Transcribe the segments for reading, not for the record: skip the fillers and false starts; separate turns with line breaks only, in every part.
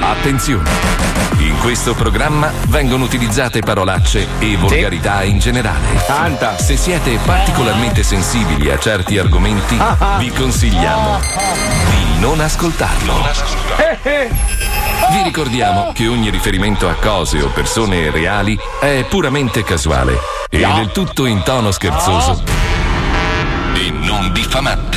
Attenzione! In questo programma vengono utilizzate parolacce e volgarità in generale.
Tanta.
Se siete particolarmente sensibili a certi argomenti, vi consigliamo di non ascoltarlo. Vi ricordiamo che ogni riferimento a cose o persone reali è puramente casuale e del tutto in tono scherzoso e non diffamante.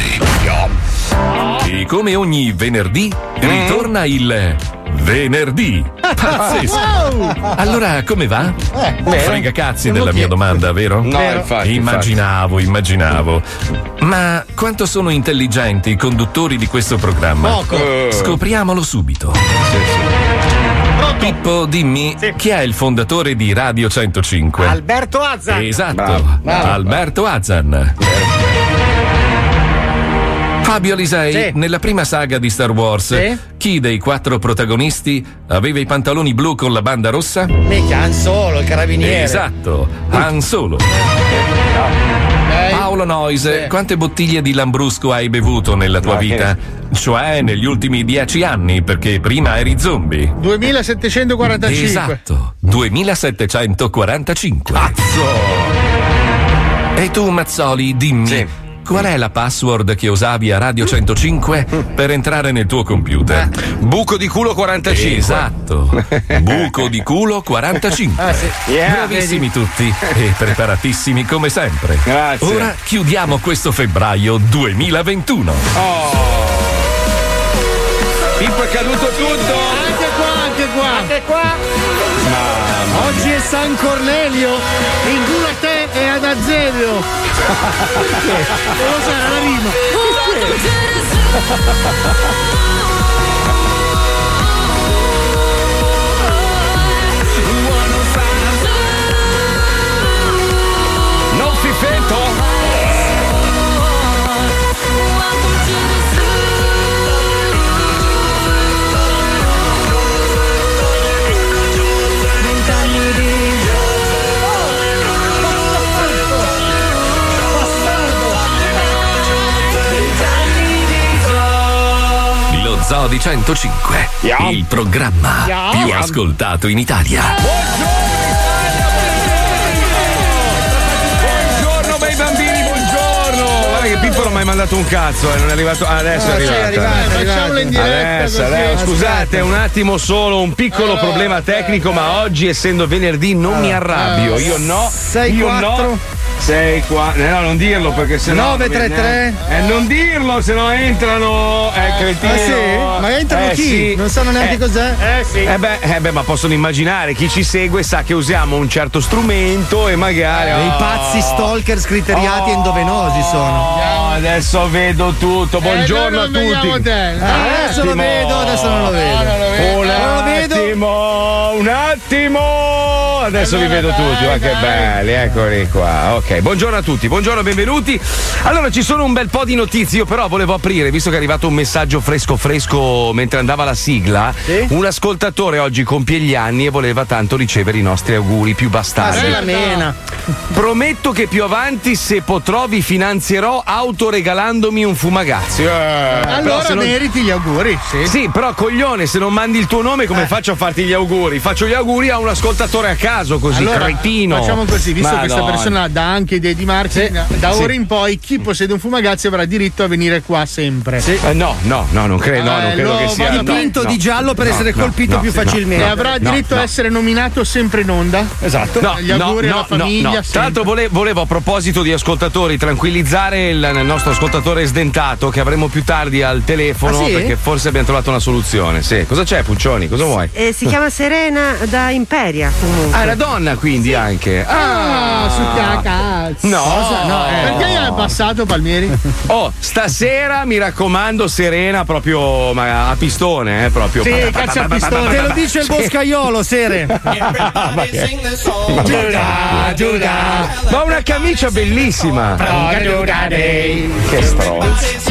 E come ogni venerdì ritorna il venerdì. Pazzesco. Allora come va? Frega cazzi della mia domanda, vero?
No, infatti.
Immaginavo. Ma quanto sono intelligenti i conduttori di questo programma?
Poco.
Scopriamolo subito. Pippo, dimmi, chi è il fondatore di Radio 105?
Alberto Azzan.
Esatto,
Bravo.
Alberto Azzan. Fabio Alisei, nella prima saga di Star Wars, chi dei 4 protagonisti aveva i pantaloni blu con la banda rossa?
Mica Han Solo, il carabiniere.
Esatto, Han Solo. Paolo Noise, quante bottiglie di Lambrusco hai bevuto nella tua vita? Cioè negli ultimi 10 anni, perché prima eri zombie.
2745.
Esatto, 2745.
Cazzo!
E tu, Mazzoli, dimmi. Qual è la password che usavi a Radio 105 per entrare nel tuo computer?
Buco di culo 45.
Esatto, buco di culo 45. Bravissimi tutti e preparatissimi come sempre.
Grazie.
Ora chiudiamo questo febbraio 2021.
Pippo è caduto tutto.
Anche qua. Oggi è San Cornelio, il culo a te e ad Azeglio. Non lo so, era la rima.
Non fifetto.
Zoo di 105, il programma più ascoltato in Italia.
Buongiorno bei bambini, buongiorno. Guarda che Pippo non mi ha mai mandato un cazzo, non è arrivato. Adesso è arrivato.
Facciamolo in diretta.
Adesso, scusate, un attimo solo, un piccolo problema tecnico, ma oggi essendo venerdì non mi arrabbio. Io no.
6-4.
6 qua, no, non dirlo perché sennò
933.
non dirlo, se no entrano cretino.
Sì? Ma entrano chi?
Sì.
Non sanno neanche cos'è? Sì.
Beh, ma possono immaginare, chi ci segue sa che usiamo un certo strumento e magari
I pazzi stalker scriteriati e endovenosi sono.
Adesso vedo tutto. Buongiorno a tutti.
Adesso lo vedo, adesso non lo vedo.
Un attimo. Adesso vi vedo tutti, ma che belli, eccoli qua. Ok, buongiorno a tutti, buongiorno, benvenuti. Allora, ci sono un bel po' di notizie, io però volevo aprire, visto che è arrivato un messaggio fresco mentre andava la sigla. Un ascoltatore oggi compie gli anni e voleva tanto ricevere i nostri auguri più bastardi.
La mena.
Prometto che più avanti, se potrò, vi finanzierò autoregalandomi un fumagazzi.
Allora meriti gli auguri,
Sì, però coglione, se non mandi il tuo nome, come faccio a farti gli auguri? Faccio gli auguri a un ascoltatore a caso, così,
allora,
cretino.
Facciamo così, visto che questa persona dà anche idee di marketing, da ora in poi chi possiede un fumagazzi avrà diritto a venire qua sempre.
No, non credo, non credo che sia
dipinto di giallo per essere colpito più facilmente. E avrà diritto a essere nominato sempre in onda.
Esatto.
Gli auguri alla famiglia.
Tra l'altro volevo, a proposito di ascoltatori, tranquillizzare il nostro ascoltatore sdentato che avremo più tardi al telefono, perché forse abbiamo trovato una soluzione. Sì. Cosa c'è, Puccioni? Cosa vuoi?
Si chiama Serena da Imperia, comunque.
Ah, è una donna quindi anche.
Su cazzo.
No.
Perché gli hai abbassato, Palmieri?
Stasera mi raccomando, Serena, proprio a pistone, proprio.
Sì, cazzo a pistone. Te lo dice il boscaiolo, Sere.
Ma una camicia bellissima. Che stronzo.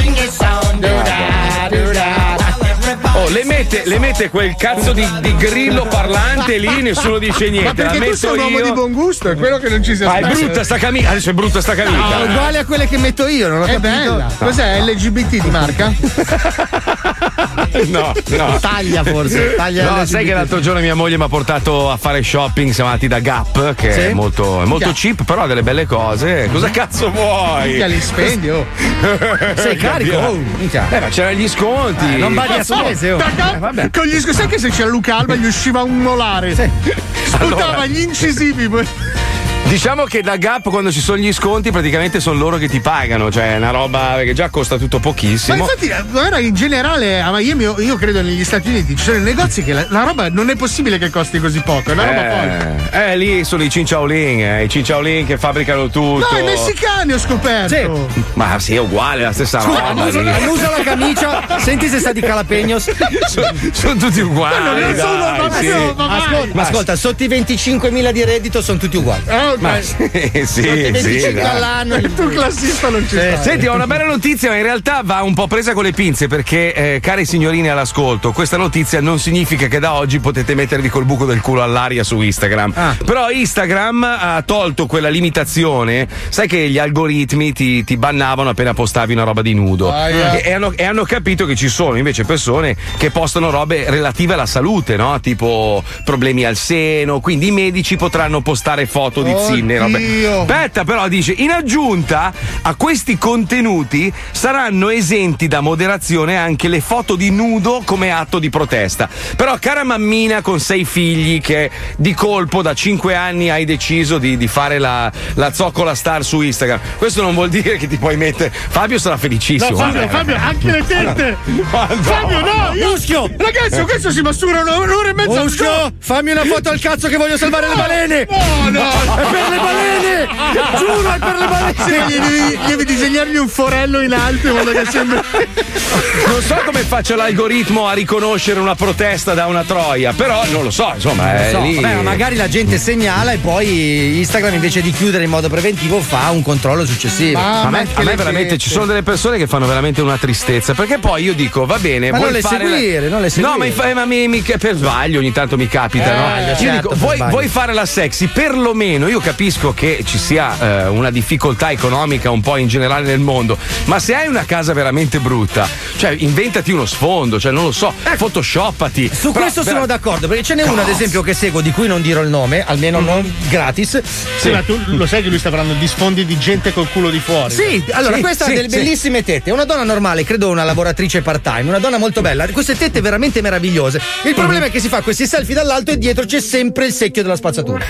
Le mette quel cazzo di grillo parlante lì, nessuno dice niente.
Ma perché
la
tu sei un
metto
uomo
io.
di buon gusto, è quello che non ci si aspetta.
È brutta sta camicia. Adesso è brutta sta camicia.
No, uguale a quelle che metto io, non ho capito.
bella.
Cos'è? LGBT di marca?
No.
Taglia forse.
No, sai che l'altro giorno mia moglie mi ha portato a fare shopping, siamo andati da Gap, che è molto cheap, però ha delle belle cose. Cosa cazzo vuoi?
Minchia, li spendi, oh. Sei carico?
Ma c'erano gli sconti.
Non vadi a spese, oh. Con gli sconti, sai che se c'era Luca Alba gli usciva un molare. Sputava gli incisivi.
Diciamo che da Gap quando ci sono gli sconti praticamente sono loro che ti pagano, cioè è una roba che già costa tutto pochissimo.
Ma infatti guarda, in generale a Miami io credo negli Stati Uniti ci sono negozi che la roba non è possibile che costi così poco, è una roba folle.
Lì sono i Cinciaolin che fabbricano tutto.
No, i messicani ho scoperto.
Sì. Ma sì, è uguale, la stessa roba.
Annusa la camicia, senti se sta di Calapeños.
Sono tutti uguali.
Ma ascolta, sotto i 25.000 di reddito sono tutti uguali.
Ma sì,
all'anno. Tu classista non ci stai.
Senti, ho una bella notizia, ma in realtà va un po' presa con le pinze perché, cari signorini all'ascolto, questa notizia non significa che da oggi potete mettervi col buco del culo all'aria su Instagram. Però Instagram ha tolto quella limitazione, sai che gli algoritmi ti bannavano appena postavi una roba di nudo. E hanno capito che ci sono invece persone che postano robe relative alla salute, no? Tipo problemi al seno, quindi i medici potranno postare foto di zinne, robe. Aspetta, però dice, in aggiunta a questi contenuti saranno esenti da moderazione anche le foto di nudo come atto di protesta. Però cara mammina con 6 figli che di colpo da 5 anni hai deciso di fare la zoccola star su Instagram, questo non vuol dire che ti puoi mettere. Fabio sarà felicissimo.
No, Fabio, anche le tette. Fabio, no,
Muschio!
Ragazzi, questo si mastura un'ora e mezza.
Muschio, fammi una foto al cazzo che voglio salvare le balene.
No.
È per le balene! Giuro, è per le balene!
Devi disegnargli un forello in alto in modo che sembra.
Non so come faccia l'algoritmo a riconoscere una protesta da una troia, però non lo so, insomma. Lì.
Vabbè, ma magari la gente segnala e poi Instagram invece di chiudere in modo preventivo fa un controllo successivo.
A me veramente ci sono delle persone che fanno veramente una tristezza, perché poi io dico, va bene,
ma
vuoi
non le
fare
seguire, non le seguire.
No, ma per sbaglio ogni tanto mi capita, no?
Certo,
Io dico, vuoi fare la sexy, perlomeno io capisco che ci sia una difficoltà economica un po' in generale nel mondo, ma se hai una casa veramente brutta, cioè inventati uno sfondo, cioè non lo so, photoshoppati.
Su questo sono d'accordo, perché ce n'è uno ad esempio che seguo, di cui non dirò il nome, almeno non gratis.
Sì, ma tu lo sai che lui sta parlando di sfondi di gente col culo di fuori.
Sì, allora questa ha delle bellissime tette, una donna normale, credo una lavoratrice part time, una donna molto bella, queste tette veramente meravigliose. Il problema è che si fa questi selfie dall'alto e dietro c'è sempre il secchio della spazzatura.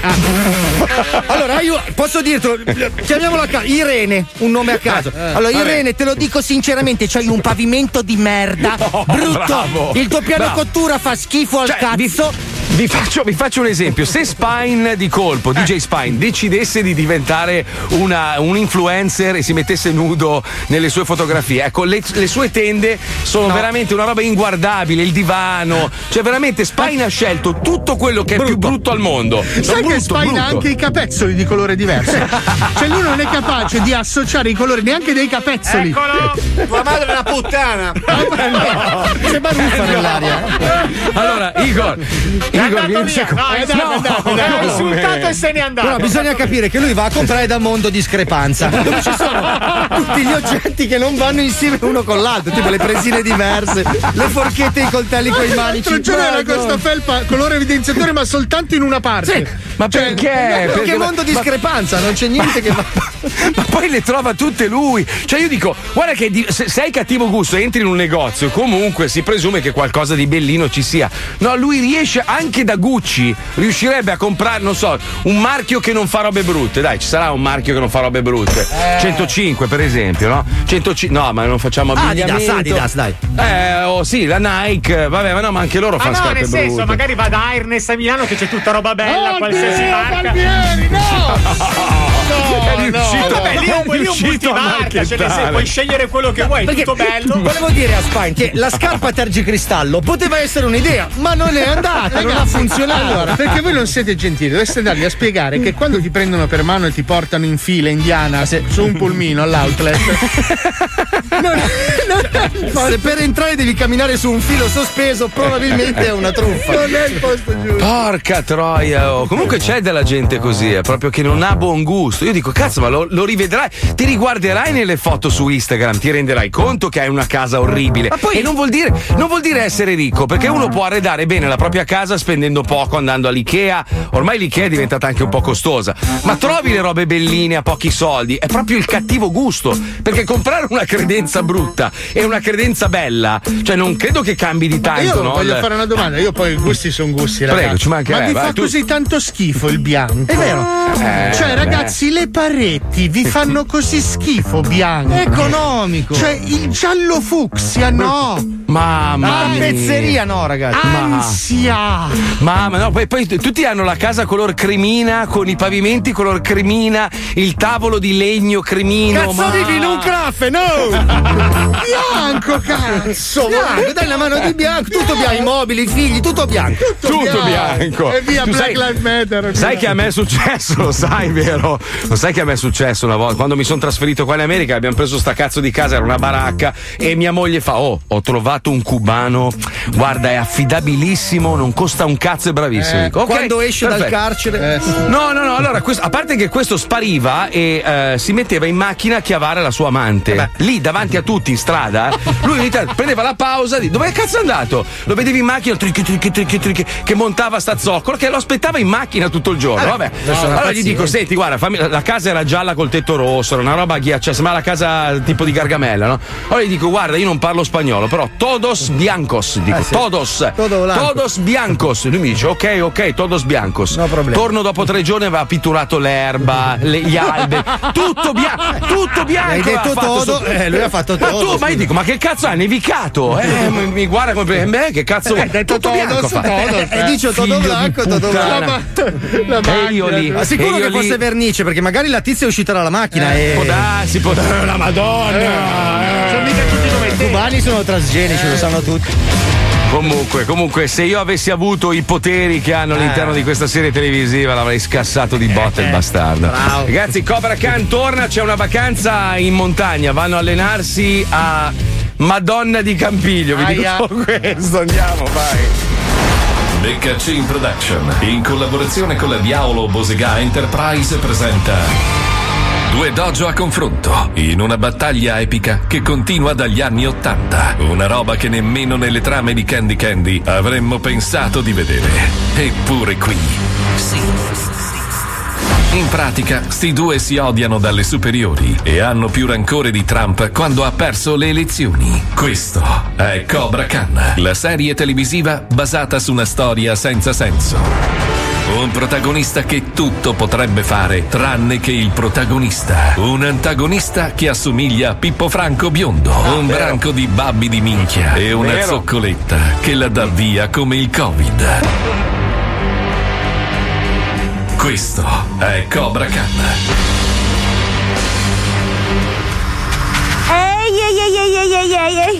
Allora io posso dirtelo, chiamiamola Irene, un nome a caso. Allora Irene, te lo dico sinceramente, c'hai un pavimento di merda, brutto.
Bravo,
il tuo piano cottura fa schifo al cazzo.
Vi faccio un esempio. Se Spine di colpo, DJ Spine, decidesse di diventare un influencer e si mettesse nudo nelle sue fotografie, ecco, le sue tende sono veramente una roba inguardabile, il divano, cioè veramente Spine ha scelto tutto quello che è più brutto al mondo.
Sai che Spine ha anche i capezzoli di colore diverso. Cioè lui non è capace di associare i colori neanche dei capezzoli.
Eccolo! Tua madre è una puttana!
C'è baruffa nell'aria.
Allora, Igor, vieni un secondo.
Ha insultato e se n'è andato.
Però bisogna capire che lui va a comprare da Mondo Discrepanza, dove ci sono tutti gli oggetti che non vanno insieme uno con l'altro, tipo le presine diverse, le forchette e i coltelli con i manici.
L'altro giorno era questa felpa colore evidenziatore, ma soltanto in una parte.
Sì, ma perché?
Perché Mondo Discrepanza, non c'è niente che va.
Ma poi le trova tutte lui. Cioè io dico, guarda che se hai cattivo gusto e entri in un negozio, comunque si presume che qualcosa di bellino ci sia. No, lui riesce anche da Gucci, riuscirebbe a comprare, non so, un marchio che non fa robe brutte. Dai, ci sarà un marchio che non fa robe brutte. 105 per esempio, no? 105, no, ma non facciamo abbigliamento.
Adidas, dai.
Sì, la Nike, vabbè, ma no, ma anche loro fanno scarpe brutte.
No, nel senso, magari va da Airness a Milano che c'è tutta roba bella, qualsiasi marca.
Palmieri,
È riuscito,
vabbè, lì è un multimarca, cioè se puoi scegliere quello che vuoi,
perché
tutto bello.
Volevo dire a Spine che la scarpa tergicristallo poteva essere un'idea, ma non è andata, non ha funzionato.
Allora, perché voi non siete gentili, dovreste andargli a spiegare che quando ti prendono per mano e ti portano in fila indiana su un pulmino all'outlet, non
Se per entrare devi camminare su un filo sospeso, probabilmente è una truffa. Non è il posto giusto.
Porca troia, oh. Comunque c'è della gente così, proprio che non ha buon gusto. Io dico, cazzo, ma lo rivedrai, ti riguarderai nelle foto su Instagram, ti renderai conto che hai una casa orribile. Ma poi... E non vuol dire essere ricco, perché uno può arredare bene la propria casa spendendo poco, andando all'Ikea. Ormai l'Ikea è diventata anche un po' costosa, ma trovi le robe belline a pochi soldi. È proprio il cattivo gusto, perché comprare una credenza brutta e una credenza bella, cioè non credo che cambi di tanto.
Io
no?
voglio fare una domanda, io poi i gusti sono gusti, ragazzi.
Prego, ci mancherebbe.
Ma vi fa così tanto schifo il bianco?
È vero.
Cioè, ragazzi, le pareti vi fanno così schifo bianco.
È economico.
Cioè, il giallo fucsia, no.
Mamma mia.
Pezzeria no, ragazzi.
Ansia.
Mamma, no, poi tutti hanno la casa color cremina, con i pavimenti color cremina, il tavolo di legno cremino.
Cazzo vivi in un craffe, no!
Bianco, cazzo.
Bianco, dai la mano di bianco, tutto bianco, i mobili, i figli, tutto bianco.
Tutto bianco.
E via
Tu
Black Lives Matter.
Sai che a me è successo, lo sai, vero? Lo sai che a me è successo una volta, quando mi sono trasferito qua in America, abbiamo preso sta cazzo di casa, era una baracca, e mia moglie fa: oh, ho trovato un cubano, guarda, è affidabilissimo, non costa un cazzo, è bravissimo. Dico, okay,
quando esce
perfetto.
dal carcere.
No, allora, a parte che questo spariva e si metteva in macchina a chiavare la sua amante. Lì davanti a tutti in strada, lui ogni tanto prendeva la pausa, dove cazzo è andato? Lo vedevi in macchina, che montava sta zoccola, che lo aspettava in macchina tutto il giorno. Vabbè, allora gli dico: senti, guarda, la casa era gialla col tetto rosso, era una roba ghiacciata, sembrava la casa tipo di Gargamella, no? Allora gli dico: guarda, io non parlo spagnolo, però todos biancos, dico, todos biancos. Lui mi dice: ok, todos biancos.
No problema.
Torno dopo 3 giorni, aveva pitturato l'erba, gli alberi, tutto bianco.
Hai detto todo, lui ha fatto todo.
Ma io dico: ma che cazzo ha nevicato? Mi guarda come che cazzo vuoi?
Detto
tutto bianco
E dice todo blanco, todo blanco.
La
io lì.
Ma sicuro che fosse vernice, perché magari la tizia è uscita dalla macchina e.
Può darsi, la Madonna.
Sono mica tutti come
I
te.
cubani sono transgenici, lo sanno tutti.
Comunque, se io avessi avuto i poteri che hanno all'interno di questa serie televisiva, l'avrei scassato di botte il bastardo.
Bravo.
Ragazzi, Cobra Khan torna, c'è una vacanza in montagna, vanno a allenarsi a Madonna di Campiglio. Vi dico questo, andiamo, vai.
Becca Chain Production, in collaborazione con la Diavolo Bosega Enterprise, presenta Due dojo a confronto, in una battaglia epica che continua dagli anni '80. Una roba che nemmeno nelle trame di Candy Candy avremmo pensato di vedere. Eppure qui, sì. In pratica, sti due si odiano dalle superiori e hanno più rancore di Trump quando ha perso le elezioni. Questo è Cobra Khan, la serie televisiva basata su una storia senza senso. Un protagonista che tutto potrebbe fare, tranne che il protagonista. Un antagonista che assomiglia a Pippo Franco biondo. Un branco di babbi di minchia. E una zoccoletta che la dà via come il Covid. Questo è Cobra Khan.
Ehi.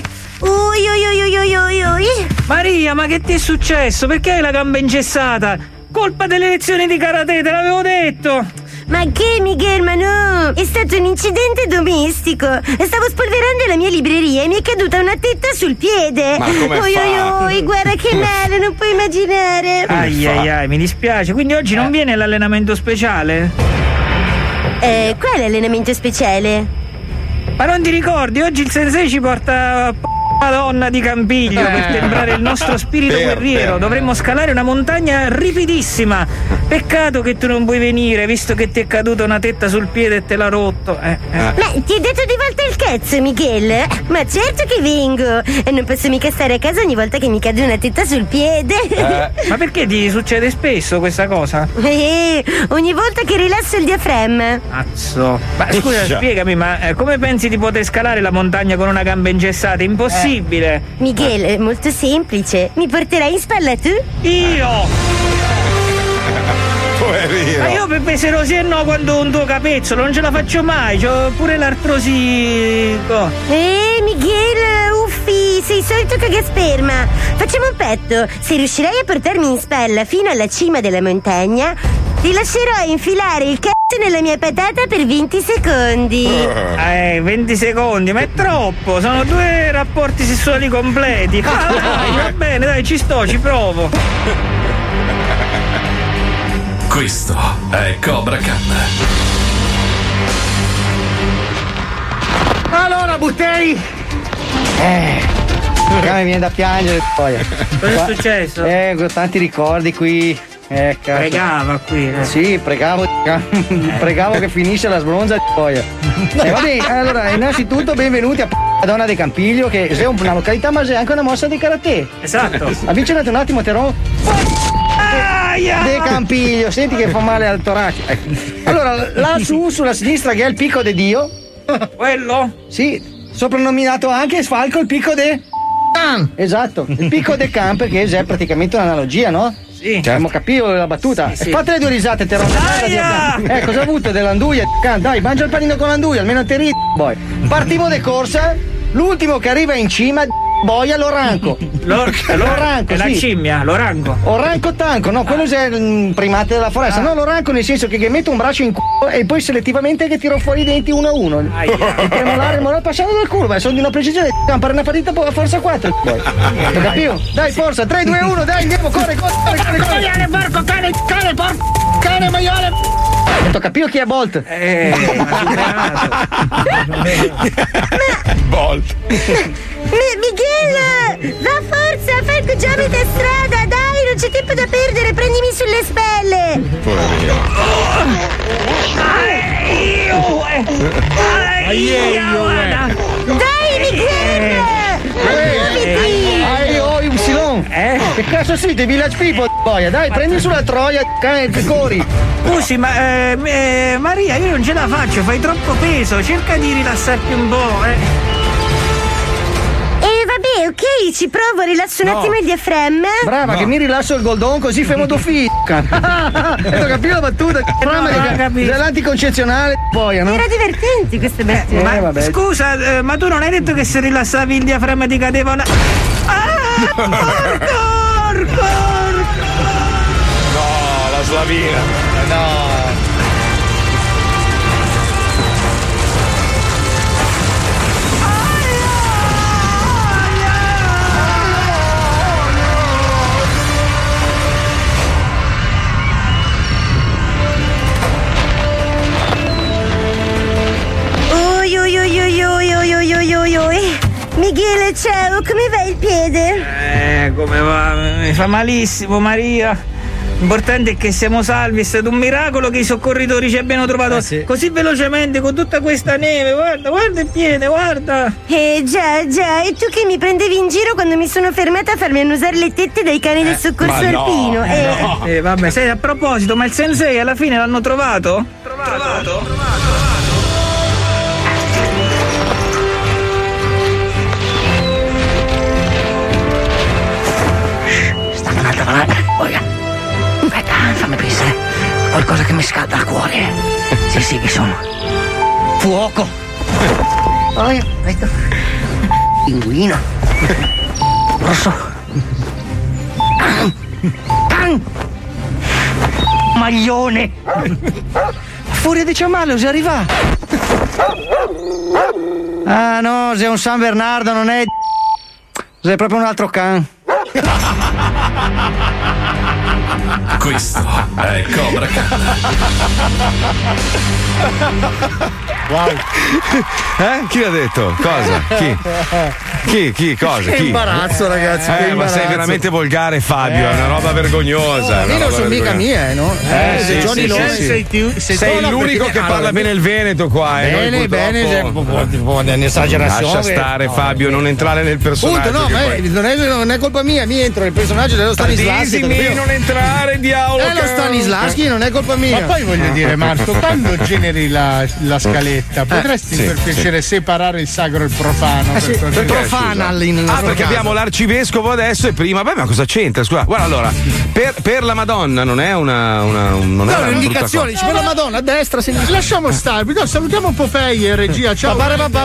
Ui.
Maria, ma che ti è successo? Perché hai la gamba ingessata? Colpa delle lezioni di karate, te l'avevo detto!
Ma che, Miguel, ma no! È stato un incidente domestico. Stavo spolverando la mia libreria e mi è caduta una tetta sul piede.
Ma come fa?
Guarda che male, non puoi immaginare.
Ai, mi dispiace. Quindi oggi non viene l'allenamento speciale?
Qual è l'allenamento speciale?
Ma non ti ricordi? Oggi il sensei ci porta Madonna di Campiglio per temprare il nostro spirito guerriero. Dovremmo scalare una montagna ripidissima. Peccato che tu non puoi venire, visto che ti è caduta una tetta sul piede e te l'ha rotto.
Ma ti ho detto di volta il cazzo, Miguel? Ma certo che vengo. E non posso mica stare a casa ogni volta che mi cade una tetta sul piede.
Ma perché ti succede spesso questa cosa?
Ogni volta che rilasso il diaframma.
Cazzo. Ma scusa, spiegami, ma come pensi di poter scalare la montagna con una gamba ingessata? Impossibile.
Miguel, è molto semplice. Mi porterai in spalla tu?
Io?
Poverino.
Ma io per pesero sì e no quando un tuo capezzolo non ce la faccio mai, c'ho pure l'artrosi.
Miguel, uffi, sei solito cagasperma. Facciamo un petto. Se riuscirai a portarmi in spalla fino alla cima della montagna, Ti lascerò infilare il cazzo nella mia patata per 20 secondi.
20 secondi, ma è troppo. Sono 2 rapporti sessuali completi. Dai, va bene, dai, ci sto, ci provo.
Questo è Cobra Khan.
Allora, Buttei. Mi viene da piangere poi.
Cosa è successo?
Tanti ricordi qui.
Pregava qui.
Sì, pregavo. Pregavo che finisse la sbronza poi. Vabbè, allora, innanzitutto benvenuti a Donna de Campiglio, che è una località ma è anche una mossa di karate.
Esatto.
Avvicinate un attimo, Teron. De Campiglio, senti che fa male al torace. Allora, lassù sulla sinistra che è il picco de Dio.
Quello?
Sì, soprannominato anche Falco il picco de Can. Esatto, il picco de Can, perché è praticamente un'analogia, no?
Sì.
Abbiamo capito la battuta.
Sì.
Fate le 2 risate, Teron. Cosa ha avuto dell'anduia? Dai, mangia il panino con l'anduia, almeno te ridi. Poi partiamo de corsa. L'ultimo che arriva in cima boia l'oranco. L'oranco,
è la
sì.
Scimmia, l'oranco.
Oranco tanco, no, quello è il primate della foresta. No, l'oranco nel senso che metto un braccio in culo e poi selettivamente che tiro fuori i denti uno a uno. Il premolare passando dal culo, sono di una precisione. Campare una partita a forza 4. Capito? Dai, forza, 3, 2, 1, dai, andiamo, corre.
Maiale, porco, cane, porco, cane, maiale.
Ho capito chi è Bolt.
Bolt.
Miguel, va forza, fai il pigiamite a strada, dai, non c'è tempo da perdere, prendimi sulle spelle. Dai, Miguel, muoviti.
Upsilon. Che cazzo siete, Village People, boia, dai, prendi sulla troia, cane, corri.
Scusi, ma Maria, io non ce la faccio, fai troppo peso, cerca di rilassarti un po',
Vabbè, ok, ci provo, rilasso un attimo il diaframma.
Brava, che mi rilasso il goldon così fai modo fica. Hai capito la battuta? Dell'anticoncezionale, boia, no?
Era divertenti queste bestie.
Ma scusa, ma tu non hai detto che se rilassavi il diaframma ti cadeva una... Porco!
No, la slavina.
No.
Michele, ciao, come va il piede?
Come va? Mi fa malissimo, Maria. L'importante è che siamo salvi, è stato un miracolo che i soccorritori ci abbiano trovato così velocemente con tutta questa neve. Guarda il piede, guarda.
Già, e tu che mi prendevi in giro quando mi sono fermata a farmi annusare le tette dai cani del soccorso alpino.
Vabbè, sai, a proposito, ma il sensei alla fine l'hanno trovato? Trovato.
Aspetta, fammi pensare. Qualcosa che mi scalda il cuore. Sì, che sono. Fuoco. Aspetta. Pinguino. Rosso. Maglione. Furia di ciamallo, si arriva. Ah no, sei un San Bernardo, non è. Sei proprio un altro can.
Questo è Cobra Khan.
Wow. Chi l'ha detto? Cosa? Chi? Cosa?
Che imbarazzo, ragazzi.
Ma sei veramente volgare, Fabio. È una roba vergognosa.
Io non sono mica mie, no?
Sei l'unico che parla bene il Veneto qua.
Bene, un'esagerazione.
Lascia stare, Fabio, non entrare nel personaggio.
No, non è colpa mia, mi entro nel personaggio dello Stanislavski.
Non entrare, diavolo.
È lo Stanislavski, non è colpa mia.
Ma poi voglio dire, Marco, quando generi la scaletta? Diletta, potresti per piacere separare il sacro e il profano?
Profana
perché abbiamo l'arcivescovo adesso e prima. Beh, ma cosa c'entra? Scusa, guarda, allora, per la Madonna non è
un'indicazione, dice per la Madonna a destra, a sinistra.
Lasciamo stare, no, salutiamo un po' Feie, regia, ciao.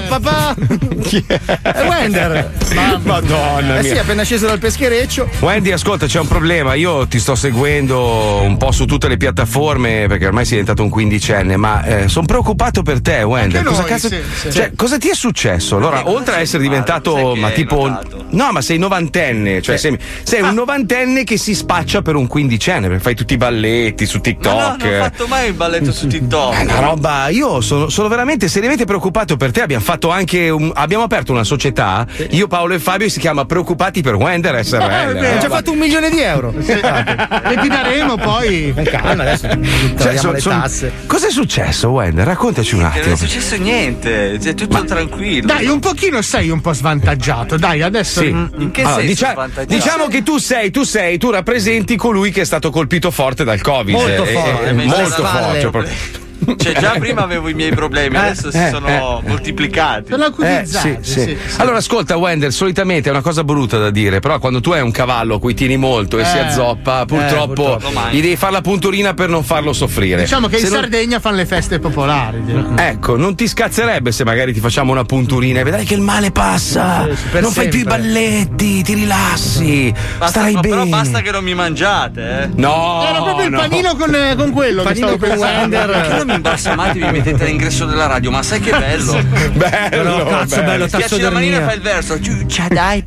Wender.
Madonna
sì, appena sceso dal peschereccio.
Wendy, ascolta, c'è un problema. Io ti sto seguendo un po' su tutte le piattaforme perché ormai sei diventato un quindicenne, ma sono preoccupato per te, Wender. Cosa cazzo? Cioè, cosa ti è successo? Allora, oltre a essere diventato, ma tipo. No, ma sei novantenne, cioè sei un novantenne che si spaccia per un quindicenne, perché fai tutti i balletti su TikTok.
Ma no, non ho fatto mai il balletto su TikTok.
È una roba, io sono veramente seriamente preoccupato per te. Abbiamo fatto anche abbiamo aperto una società, io, Paolo e Fabio, si chiama Preoccupati per Wender SRL.
Abbiamo già fatto 1 milione di euro.
E ti daremo poi.
Con calma, adesso togliamo le tasse.
Cos'è successo, Wender? Raccontaci un attimo.
Non è successo niente, è tutto tranquillo.
Dai, un pochino sei un po' svantaggiato. Dai, adesso.
Sì.
In che senso svantaggiato?
Diciamo che tu rappresenti colui che è stato colpito forte dal Covid.
Molto forte.
Molto forte.
Cioè, già prima avevo i miei problemi, adesso si sono moltiplicati.
Sono acutizzati.
Sì. Allora, ascolta, Wender, solitamente è una cosa brutta da dire, però quando tu hai un cavallo a cui tieni molto e si azzoppa, purtroppo gli devi fare la punturina per non farlo soffrire.
Diciamo che in Sardegna fanno le feste popolari.
Ecco, non ti scazzerebbe se magari ti facciamo una punturina e vedrai che il male passa, non fai più i balletti, ti rilassi, starai bene.
Però basta che non mi mangiate,
No,
era proprio il panino con quello.
Il panino con Wender.
Mi imbalsamate, mi mettete all'ingresso della radio, ma sai che bello?
Bello,
cazzo, bello,
Piace la manina, fa il verso. Dai.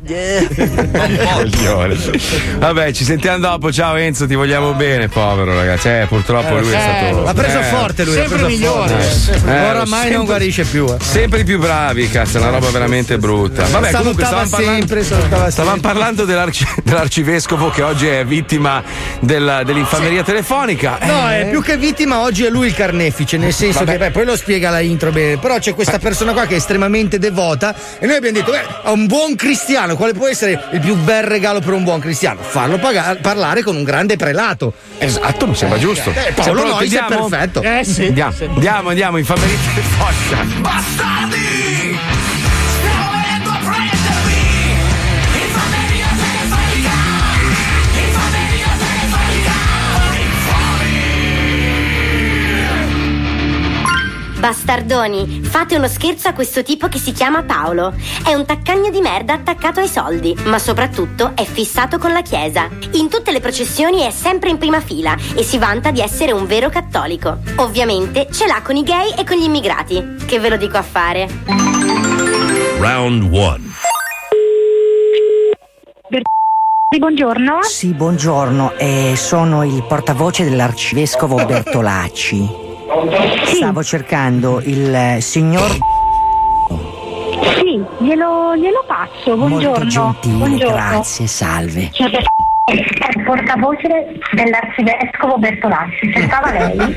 Vabbè, ci sentiamo dopo. Ciao Enzo, ti vogliamo bene, povero ragazzi. Purtroppo lui è stato.
L'ha preso forte lui.
Sempre migliore.
Oramai non guarisce più.
Sempre più bravi, cazzo, è una roba veramente brutta. Vabbè, comunque stavamo parlando dell'arcivescovo che oggi è vittima dell'infameria telefonica.
No, è più che vittima, oggi è lui il carnefice, nel senso che poi lo spiega la intro bene, però c'è questa persona qua che è estremamente devota e noi abbiamo detto a un buon cristiano quale può essere il più bel regalo per un buon cristiano? Farlo parlare con un grande prelato.
Esatto, mi sembra giusto.
Paolo Nois è perfetto.
Sì.
Andiamo, infameria telefonica.
Bastardi! Stiamo venendo a prendervi! Infameria telefonica! Infameria telefonica!
Bastardoni, fate uno scherzo a questo tipo che si chiama Paolo. È un taccagno di merda attaccato ai soldi, ma soprattutto è fissato con la chiesa. In tutte le processioni è sempre in prima fila e si vanta di essere un vero cattolico. Ovviamente ce l'ha con i gay e con gli immigrati. Che ve lo dico a fare?
Round 1.
Buongiorno.
Sì, buongiorno. Sono il portavoce dell'arcivescovo Bertolacci.
Sì.
Stavo cercando il signor.
Sì, glielo passo. Buongiorno.
Molto gentile,
buongiorno.
grazie, salve.
È il portavoce dell'arcivescovo Bertolacci. Cercava lei?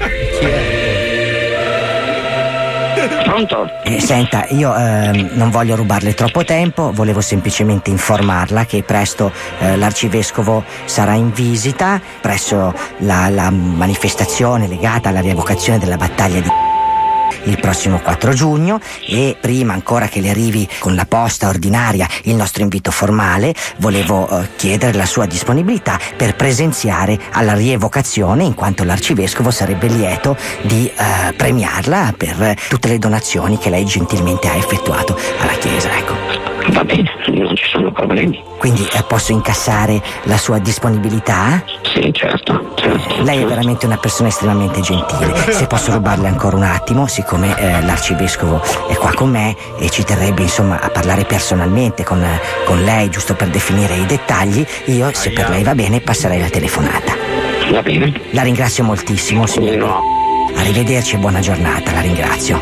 Pronto?
Senta, io non voglio rubarle troppo tempo, volevo semplicemente informarla che presto l'arcivescovo sarà in visita presso la manifestazione legata alla rievocazione della battaglia di il prossimo 4 giugno e prima ancora che le arrivi con la posta ordinaria il nostro invito formale, volevo chiedere la sua disponibilità per presenziare alla rievocazione, in quanto l'arcivescovo sarebbe lieto di premiarla per tutte le donazioni che lei gentilmente ha effettuato alla Chiesa, ecco.
Va bene, non ci sono problemi.
Quindi posso incassare la sua disponibilità?
Sì, certo.
Lei è veramente una persona estremamente gentile. Se posso rubarle ancora un attimo, siccome l'arcivescovo è qua con me e ci terrebbe insomma a parlare personalmente con lei, giusto per definire i dettagli, io, se per lei va bene, passerei la telefonata.
Va bene.
La ringrazio moltissimo, signor.
No.
Arrivederci e buona giornata, la ringrazio.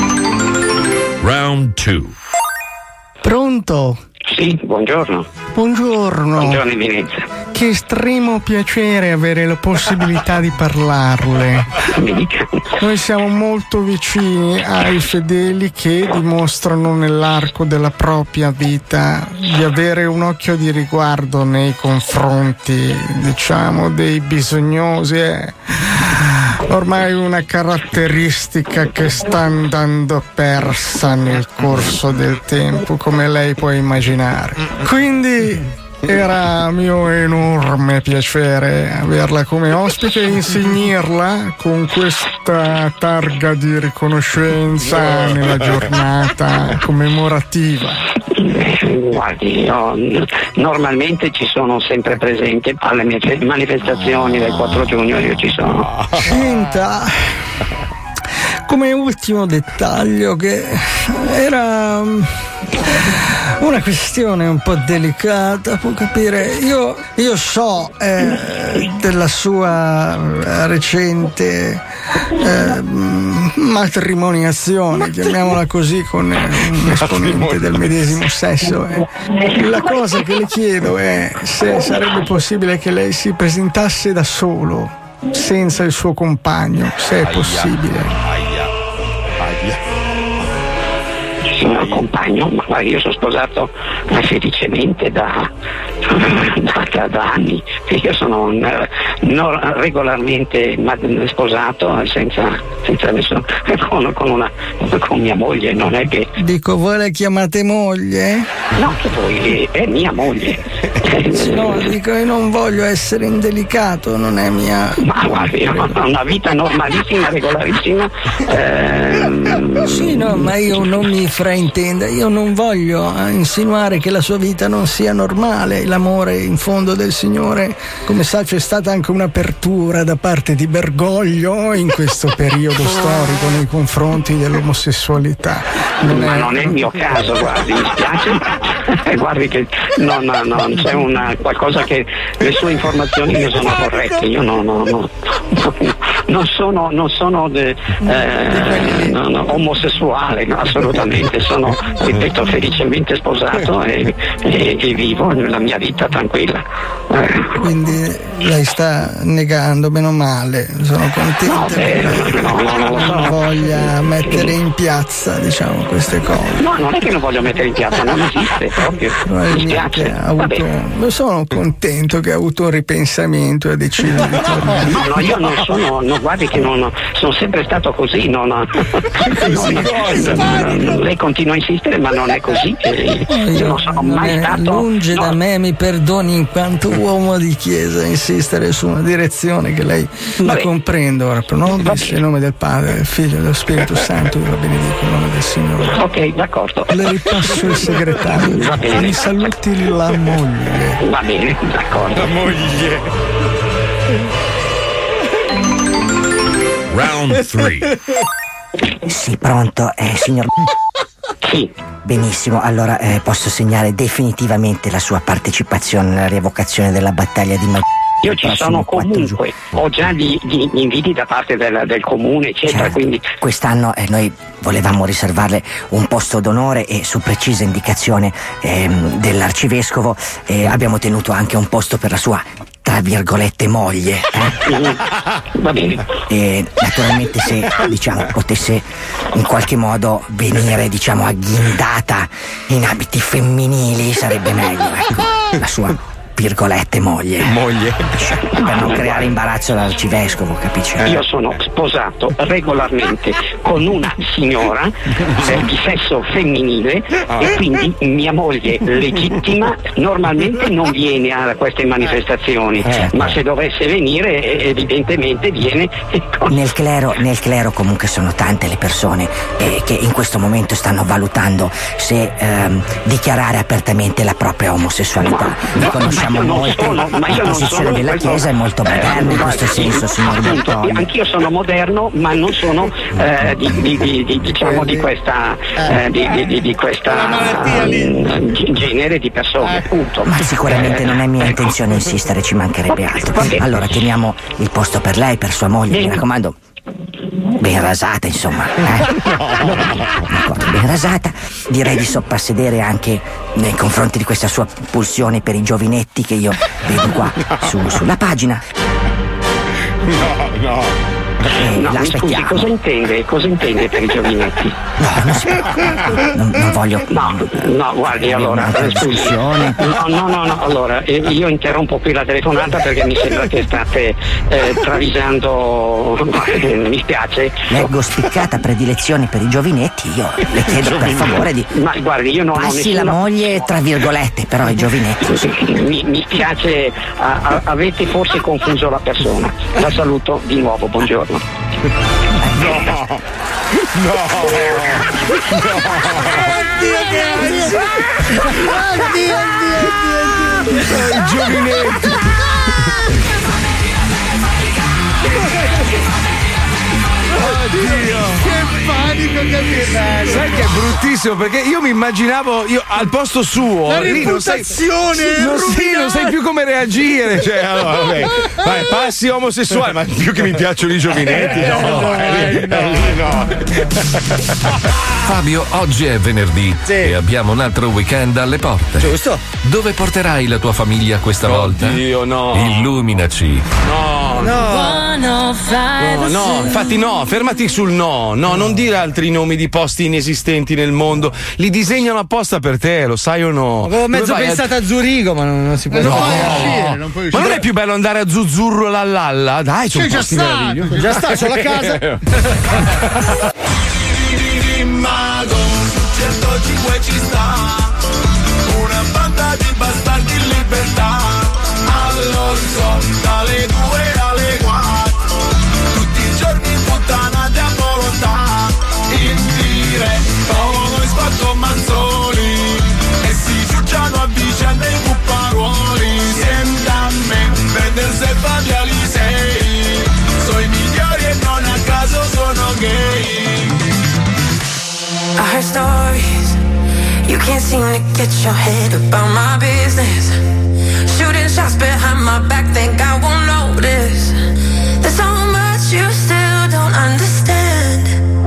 Round 2.
Pronto?
Sì, buongiorno.
Buongiorno.
Buongiorno in Venezia.
Che estremo piacere avere la possibilità di parlarle.
Mi dica.
Noi siamo molto vicini ai fedeli che dimostrano nell'arco della propria vita di avere un occhio di riguardo nei confronti, diciamo, dei bisognosi. ormai una caratteristica che sta andando persa nel corso del tempo, come lei può immaginare. Quindi era mio enorme piacere averla come ospite e insignirla con questa targa di riconoscenza nella giornata commemorativa.
Guardi, io normalmente ci sono sempre presente alle mie manifestazioni del 4 giugno, io ci sono.
Senta, come ultimo dettaglio, che era una questione un po' delicata, può capire. Io so della sua recente matrimoniazione, chiamiamola così, con un esponente del medesimo sesso. La cosa che le chiedo è se sarebbe possibile che lei si presentasse da solo, senza il suo compagno, se è possibile.
Signor compagno, ma guarda, io sono sposato felicemente da anni. Io sono regolarmente sposato senza nessuno, con mia moglie, non è che.
Dico, voi la chiamate moglie?
No, che voi è mia moglie.
No, dico, io non voglio essere indelicato, non è mia.
Ma guardi, io ho una vita normalissima, regolarissima.
Sì, no, ma io non mi fraintenda, io non voglio insinuare che la sua vita non sia normale. L'amore, in fondo, del Signore, come sa, c'è stata anche un'apertura da parte di Bergoglio in questo periodo storico nei confronti dell'omosessualità.
Non è il mio caso, guardi, mi spiace. Guardi che non c'è qualcosa che le sue informazioni ne sono corrette. Io non sono omosessuale, no, assolutamente. Sono, ripeto, felicemente sposato e vivo la mia vita tranquilla.
Quindi lei sta negando, meno male, sono contento che non voglia mettere in piazza, diciamo, queste cose.
No, non è che non voglio mettere in piazza, non esiste proprio. Mi spiace.
Sono contento che ha avuto un ripensamento e ha deciso di tornare.
No, io non sono, guardi che sono sempre stato così, lei continua a insistere, ma non è così, io non sono mai stato.
Lunge da me, mi perdoni in quanto uomo di chiesa, insistere su una direzione che lei la comprendo. Ora, per non disse in nome del Padre, del Figlio e dello Spirito Santo, io la benedico in nome del Signore.
Ok, d'accordo.
Le ripasso il segretario.
Va bene.
Mi saluti la moglie.
Va bene, d'accordo.
La moglie.
Round 3.
Sì, pronto, signor.
Sì.
Benissimo, allora posso segnare definitivamente la sua partecipazione alla rievocazione della battaglia di Maggiore.
Io ci sono comunque, ho già gli inviti da parte del comune, eccetera,
certo.
Quindi
quest'anno noi volevamo riservarle un posto d'onore e su precisa indicazione dell'arcivescovo abbiamo tenuto anche un posto per la sua, tra virgolette, moglie.
Va bene.
E naturalmente se, diciamo, potesse in qualche modo venire, diciamo, agghindata in abiti femminili sarebbe meglio, ecco, la sua, virgolette, moglie. Per non creare imbarazzo all'arcivescovo, capisci?
Io sono sposato regolarmente con una signora di sesso femminile e quindi mia moglie legittima normalmente non viene a queste manifestazioni, ma se dovesse venire evidentemente viene.
Nel clero comunque sono tante le persone che in questo momento stanno valutando se dichiarare apertamente la propria omosessualità. Ne conosciamo molte. La posizione della Chiesa è molto moderna in questo senso, signor Bertoni.
Anch'io sono moderno, ma non sono di questa genere di persone, appunto.
Ma sicuramente non è mia intenzione insistere, ci mancherebbe altro. Allora teniamo il posto per lei, per sua moglie, mi raccomando. Ben rasata, insomma. D'accordo, ben rasata. Direi di soprassedere anche nei confronti di questa sua pulsione per i giovinetti che io vedo qua sulla pagina.
No.
No, mi scusi, cosa intende per i giovinetti?
Non voglio.
No, guardi, allora, scusi. No, allora, io interrompo qui la telefonata perché mi sembra che state travisando, mi spiace.
Leggo spiccata predilezione per i giovinetti, io le chiedo per favore di.
Ma guardi, io non ho
passi
nessuna...
la moglie, tra virgolette, però i giovinetti.
Mi spiace, avete forse confuso la persona. La saluto di nuovo, buongiorno.
Oddio che ansia! Oddio.
I giovinetti.
Oddio! Che panico che mi dai!
Sai che è bruttissimo perché io mi immaginavo al posto suo.
La
lì non sai più come reagire. Cioè, allora, vabbè, vai, passi omosessuale, ma più che mi piacciono i giovinetti. No.
Fabio, oggi è venerdì e abbiamo un altro weekend alle porte.
Giusto.
Dove porterai la tua famiglia questa volta?
Oddio, no.
Illuminaci.
No, infatti no, fermati sul no, non dire altri nomi di posti inesistenti nel mondo, li disegnano apposta per te, lo sai o no?
Avevo mezzo pensato a Zurigo, ma non si può.
Non puoi uscire. Ma non è più bello andare a Zuzzurro Lallalla? Dai, c'è
già stato. Già sta, c'ho la casa.
Mago, 105 ci sta, una banda di bastardi in libertà, all'orso, dalle 2 alle 4, tutti i giorni puttanate a volontà, in diretto, noi spatto manzoni, e si ciucciano a vicenda i pupparuoli, senta a me, prendersi e farli Alisei, sono i migliori e non a caso sono gay.
I heard stories. You can't seem to get your head about my business. Shooting shots behind my back, think I won't notice. There's so much you still don't understand.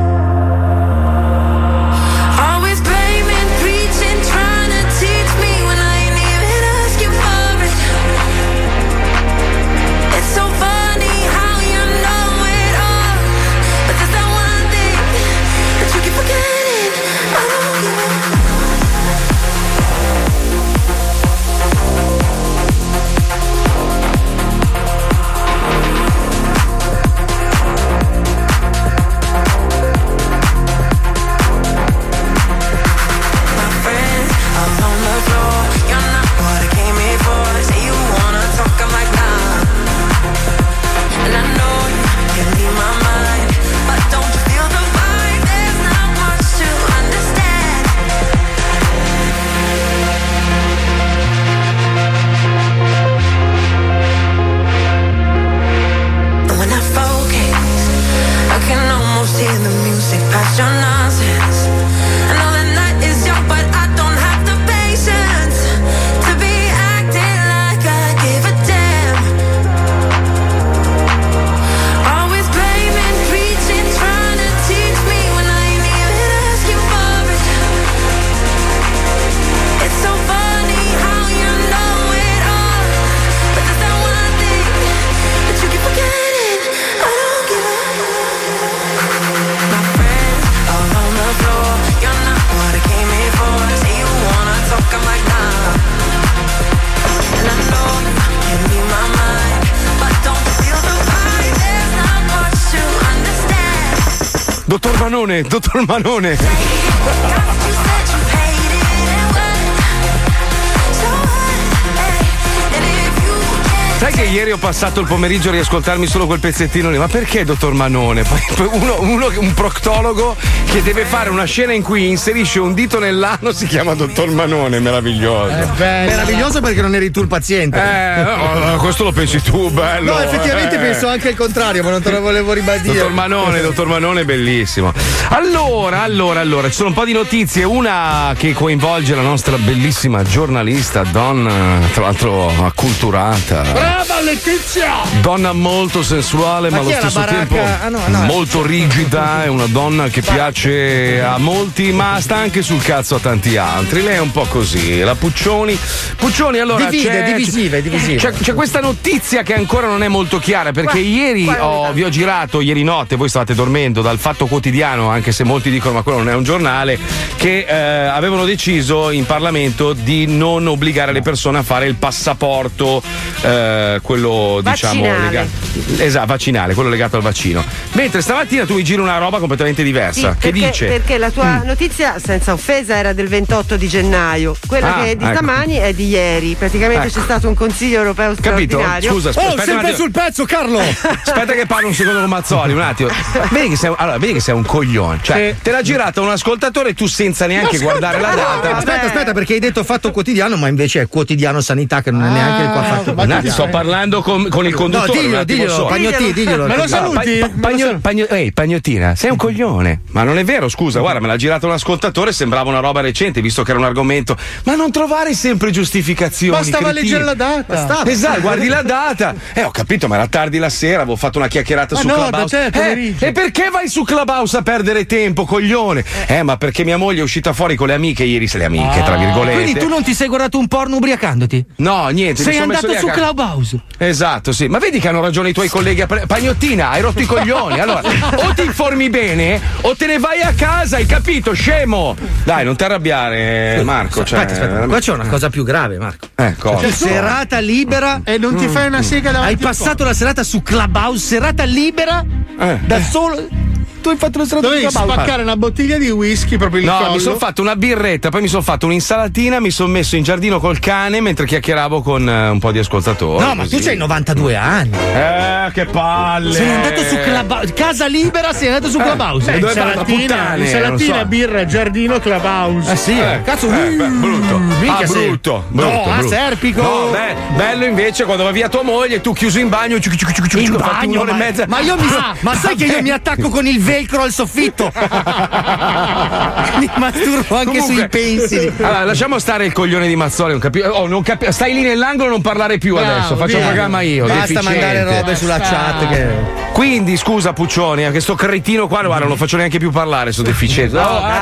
Always blaming, preaching, trying to teach me when I ain't even asking for it. It's so funny how you know it all, but there's that one thing that you keep forgetting. Your nonsense. I know the night is young, but I don't have the patience to be acting like I give a damn. Always blaming, preaching, trying to teach me when I ain't even asking for it. It's so funny how you know it all, but there's that one thing that you keep forgetting. I don't give a floor. You're not what I came here for. Say you wanna talk, I'm like nah. And I know you can be my mind, but don't feel the vibe. There's not much to understand.
Dottor Manone. Sai che ieri ho passato il pomeriggio a riascoltarmi solo quel pezzettino lì? Ma perché dottor Manone? Un proctologo che deve fare una scena in cui inserisce un dito nell'ano si chiama dottor Manone, meraviglioso.
Meraviglioso perché non eri tu il paziente.
No, questo lo pensi tu, bello.
No, effettivamente penso anche il contrario, ma non te lo volevo ribadire.
Dottor Manone, bellissimo. Allora, ci sono un po' di notizie. Una che coinvolge la nostra bellissima giornalista, donna, tra l'altro acculturata.
Brava Letizia!
Donna molto sensuale, ma allo stesso tempo molto rigida. È una donna che piace a molti, ma sta anche sul cazzo a tanti altri. Lei è un po' così. La Puccioni, allora
divisive.
C'è questa notizia che ancora non è molto chiara, perché ieri vi ho girato, ieri notte, voi stavate dormendo, dal Fatto Quotidiano, anche se molti dicono ma quello non è un giornale, che avevano deciso in Parlamento di non obbligare le persone a fare il passaporto, quello
vaccinale.
Vaccinale, quello legato al vaccino. Mentre stamattina tu mi giri una roba completamente diversa. Che dice?
Perché la tua notizia, senza offesa, era del 28 di gennaio. Quella che è di stamani è di ieri. Praticamente c'è stato un Consiglio europeo straordinario.
Capito? Scusa, aspetta
sempre sul pezzo, Carlo!
Aspetta che parlo un secondo con Mazzoli, un attimo. Vedi che sei un coglione. Cioè, te l'ha girata un ascoltatore e tu senza neanche guardare la data.
Aspetta, perché hai detto Fatto Quotidiano, ma invece è Quotidiano Sanità, che non è neanche il qua Fatto Quotidiano.
Sto parlando con il conduttore.
No, diglielo, Pagnotti, diglielo.
Me lo saluti?
Pagnottina, sei un coglione. Ma non è vero, scusa, guarda, me l'ha girato un ascoltatore, sembrava una roba recente, visto che era un argomento. Ma non trovare sempre giustificazioni.
Bastava leggere la data.
Esatto, guardi la data. Ho capito, ma era tardi la sera, avevo fatto una chiacchierata su Clubhouse. E perché vai su Clubhouse a perdere tempo, coglione? Ma perché mia moglie è uscita fuori con le amiche ieri, le amiche, tra virgolette.
Quindi tu non ti sei guardato un porno ubriacandoti?
No, niente.
Sei andato su Clubhouse.
Esatto, sì. Ma vedi che hanno ragione i tuoi colleghi. Pagnottina, hai rotto i coglioni. Allora, o ti informi bene o te ne vai a casa, hai capito, scemo? Dai, non ti arrabbiare, Marco.
Aspetta. Qua c'è una cosa più grave, Marco.
Cosa?
Serata libera
e non ti fai una sega davanti.
Hai passato la serata su Clubhouse, serata libera da solo. Tu hai fatto una serata
dovevi spaccare una bottiglia di whisky proprio lì.
No, mi sono fatto una birretta, poi mi sono fatto un'insalatina, mi sono messo in giardino col cane mentre chiacchieravo con un po' di ascoltatori.
No, ma tu c'hai 92 anni.
Che palle.
Sei andato su Clubhouse, casa libera, sei andato su Clubhouse.
Insalatina, birra, giardino, Clubhouse.
Sì, cazzo,
brutto.
Brutto. Serpico.
No, bello invece quando va via tua moglie, tu chiuso in bagno,
in bagno,
un'ora e mezza.
Ma io ma sai che io mi attacco con il velcro al soffitto. Mi masturbo anche sui pensili.
Allora, lasciamo stare il coglione di Mazzoli. Stai lì nell'angolo, non parlare più adesso. Faccio un programma io.
Basta mandare robe sulla chat.
Quindi, scusa, Puccioni, che sto cretino qua, guarda, non lo faccio neanche più parlare. Sono deficiente.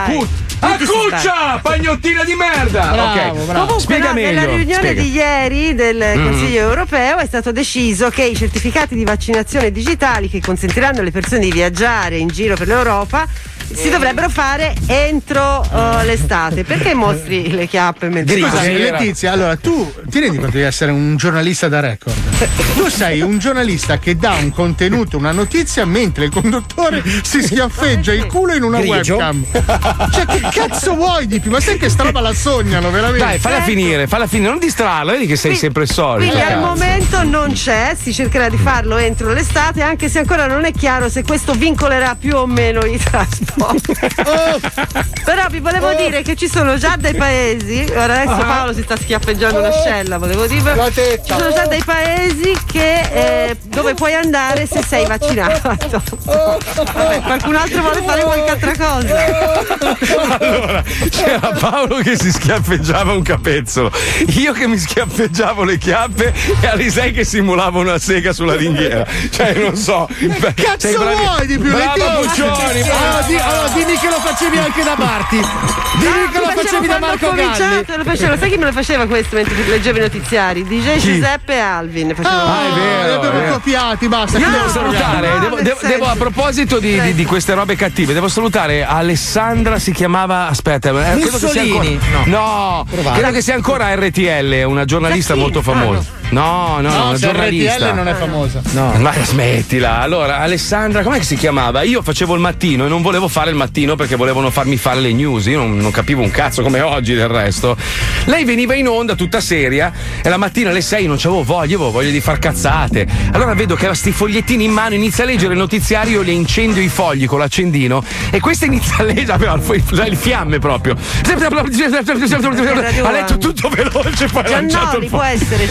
Accuccia, pagnottina di merda.
Comunque,
spiega meglio.
nella riunione di ieri del Consiglio europeo è stato deciso che i certificati di vaccinazione digitali che consentiranno alle persone di viaggiare in giro per l'Europa si dovrebbero fare entro l'estate. Perché mostri le chiappe mentre
Scusa, Letizia, allora tu ti rendi conto di essere un giornalista da record? Tu sei un giornalista che dà un contenuto, una notizia, mentre il conduttore si schiaffeggia il culo in una webcam. Cioè, che cazzo vuoi di più? Ma sai che sta roba la sognano veramente?
Dai, falla finire, non distrarlo, vedi che sei sempre il solito.
Quindi al momento non c'è, si cercherà di farlo entro l'estate, anche se ancora non è chiaro se questo vincolerà più o meno i trasporti. Però vi volevo dire che ci sono già dei paesi, ora adesso Paolo si sta schiaffeggiando un'ascella, volevo dire, ci sono già dei paesi che dove puoi andare se sei vaccinato. Vabbè, qualcun altro vuole fare qualche altra cosa.
Allora, c'era Paolo che si schiaffeggiava un capezzolo, io che mi schiaffeggiavo le chiappe e Alisei che simulava una sega sulla ringhiera. Cioè, non so.
Cazzo vuoi di più?
Bravo Puccioni.
Allora, dimmi che lo facevi anche da Barti. Dimmi che lo facevi da Marco Galli.
Lo facevo, sai chi me lo faceva questo mentre leggevo i notiziari? DJ Giuseppe e Alvin.
È vero. Li abbiamo copiati, basta.
Io devo salutare, devo a proposito di queste robe cattive, devo salutare Alessandra, si chiamava, aspetta,
Mussolini.
Credo che sia ancora RTL, una giornalista molto famosa. No, una giornalista.
RTL non è famosa.
No. Ma smettila. Allora, Alessandra, com'è che si chiamava? Io facevo il mattino e non volevo fare il mattino perché volevano farmi fare le news. Io non capivo un cazzo, come oggi del resto. Lei veniva in onda tutta seria e la mattina alle 6 non c'avevo voglia, avevo voglia di far cazzate. Allora vedo che aveva sti fogliettini in mano, inizia a leggere il notiziario, io le incendio i fogli con l'accendino e questa inizia a leggere, aveva il fiamme proprio. Ha letto tutto veloce, poi ha lanciato il
Giannoli, può essere Giannoli?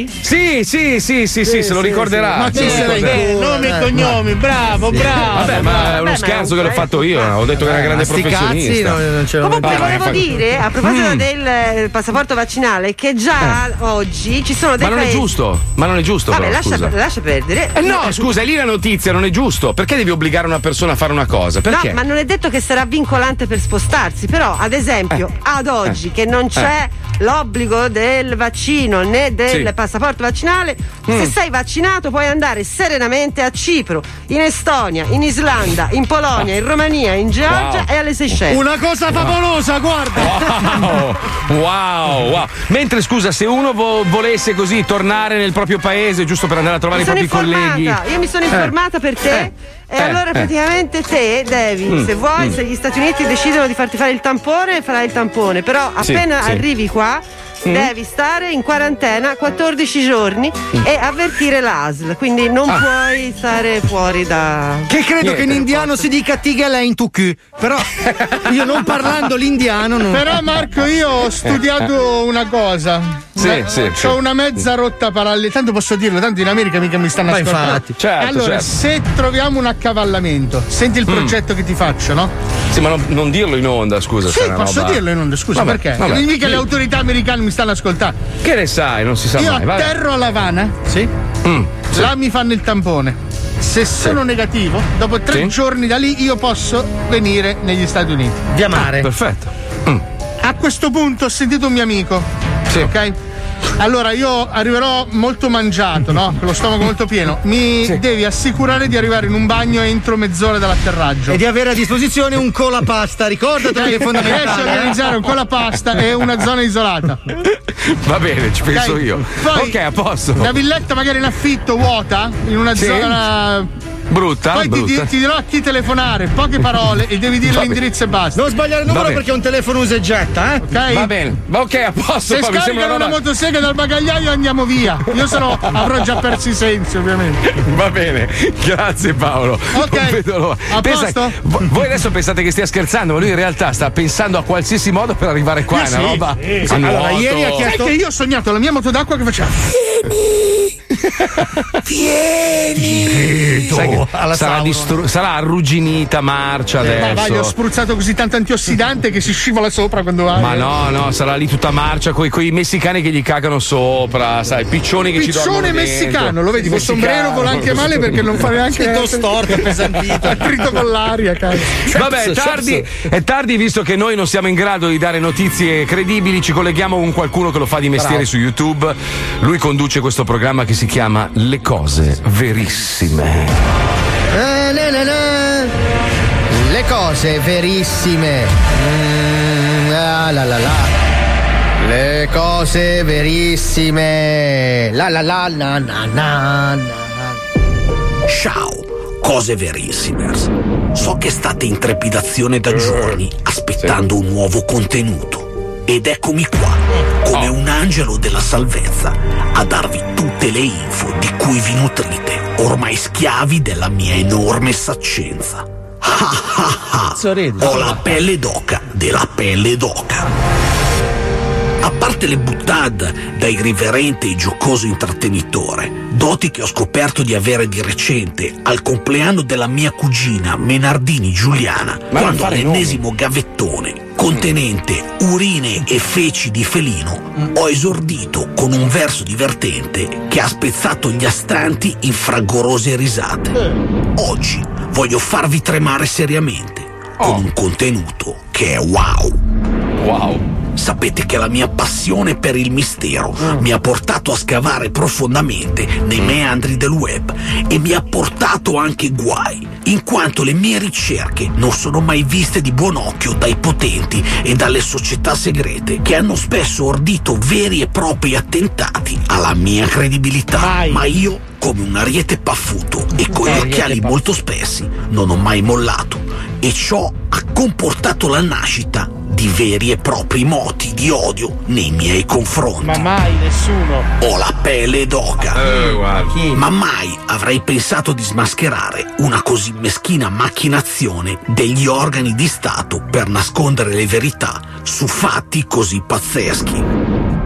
lei?
Sì, se lo ricorderà.
Ma chi se lei? Nomi e cognomi, bravo.
Vabbè, ma è uno scherzo che l'ho fatto io. Ho detto che era grande professionista.
Comunque volevo dire, a proposito del passaporto vaccinale, che già oggi ci sono dei
Ma non è giusto.
Vabbè,
però,
lascia perdere.
No, scusa, è lì la notizia, non è giusto. Perché devi obbligare una persona a fare una cosa? Perché?
No, ma non è detto che sarà vincolante per spostarsi. Però, ad esempio, ad oggi che non c'è l'obbligo del vaccino né del passaporto vaccinale, se sei vaccinato puoi andare serenamente a Cipro, in Estonia, in Islanda, in Polonia, in Romania, in Georgia e alle Seychelles.
Una cosa favolosa, guarda!
Wow. Mentre, scusa, se uno volesse così tornare nel proprio paese, giusto per andare a trovare i propri colleghi.
Io mi sono informata per te. E allora praticamente te devi, se vuoi, se gli Stati Uniti decidono di farti fare il tampone, farai il tampone. Però appena arrivi qua devi stare in quarantena 14 giorni e avvertire l'ASL, quindi non puoi stare fuori da...
Che credo che in indiano si dica tigalein tu cul, però io non parlando l'indiano non...
Però Marco, io ho studiato una cosa. C'ho una mezza rotta parallela, tanto posso dirlo, tanto in America mica mi stanno ascoltando.
Infatti, certo.
Se troviamo un accavallamento, senti il progetto che ti faccio, no?
Sì, ma non dirlo in onda, scusa.
Sì, posso dirlo in onda, scusa, perché? Mica le autorità americane mi stanno ascoltando.
Che ne sai, non si sa mai.
Io atterro a La Habana, là mi fanno il tampone. Se sono negativo, dopo 3 giorni da lì io posso venire negli Stati Uniti.
Via mare.
Perfetto.
A questo punto ho sentito un mio amico. Ok? Allora io arriverò molto mangiato, no? Con lo stomaco molto pieno. Mi devi assicurare di arrivare in un bagno entro mezz'ora dall'atterraggio.
E di avere a disposizione un colapasta, ricordatelo che è fondamentale.
Riesci a organizzare un colapasta e una zona isolata.
Va bene, ci penso io.
Poi,
ok, a posto.
Una villetta magari in affitto, vuota, in una zona...
Brutta.
Poi ti dirò a chi telefonare, poche parole e devi dire l'indirizzo e basta.
Non sbagliare il numero perché è un telefono usa e getta,
ok?
Va bene, ok, a posto.
Se scaricano una motosega dal bagagliaio andiamo via. Io avrò già perso i sensi, ovviamente.
Va bene, grazie Paolo.
Ok. A posto?
Voi adesso pensate che stia scherzando, ma lui in realtà sta pensando a qualsiasi modo per arrivare qua, è una roba.
Allora, ieri ha chiesto. Sai che io ho sognato la mia moto d'acqua che faceva. Vieni!
Sai che sarà arrugginita, marcia adesso.
Ma gli ho spruzzato così tanto antiossidante che si scivola sopra quando vai.
Ma no, sarà lì tutta marcia coi messicani che gli cagano sopra, sai, piccioni che ci dormono dentro.
Messicano, lo vedi, col sombrero vola anche male perché non fa neanche
tutto storto, pesantito,
attrito con l'aria, cazzo.
Vabbè, è tardi visto che noi non siamo in grado di dare notizie credibili, ci colleghiamo con qualcuno che lo fa di mestiere su YouTube. Lui conduce questo programma che si chiama Le cose verissime.
Le cose verissime. Le cose verissime.
Ciao, cose verissime. So che state in trepidazione da giorni aspettando un nuovo contenuto. Ed eccomi qua, come un angelo della salvezza, a darvi tutte le info di cui vi nutrite, ormai schiavi della mia enorme saccenza. Ho la pelle d'oca della pelle d'oca. A parte le buttade da irriverente e giocoso intrattenitore, doti che ho scoperto di avere di recente al compleanno della mia cugina Menardini Giuliana, quando all'ennesimo gavettone contenente urine e feci di felino ho esordito con un verso divertente che ha spezzato gli astanti in fragorose risate. Oggi voglio farvi tremare seriamente con un contenuto che è wow. Sapete che la mia passione per il mistero mi ha portato a scavare profondamente nei meandri del web e mi ha portato anche guai, in quanto le mie ricerche non sono mai viste di buon occhio dai potenti e dalle società segrete che hanno spesso ordito veri e propri attentati alla mia credibilità. Ma io, come un ariete paffuto e con gli occhiali molto spessi, non ho mai mollato, e ciò ha comportato la nascita di veri e propri moti di odio nei miei confronti.
Ma mai nessuno.
Ho la pelle d'oca. Ma mai avrei pensato di smascherare una così meschina macchinazione degli organi di Stato per nascondere le verità su fatti così pazzeschi.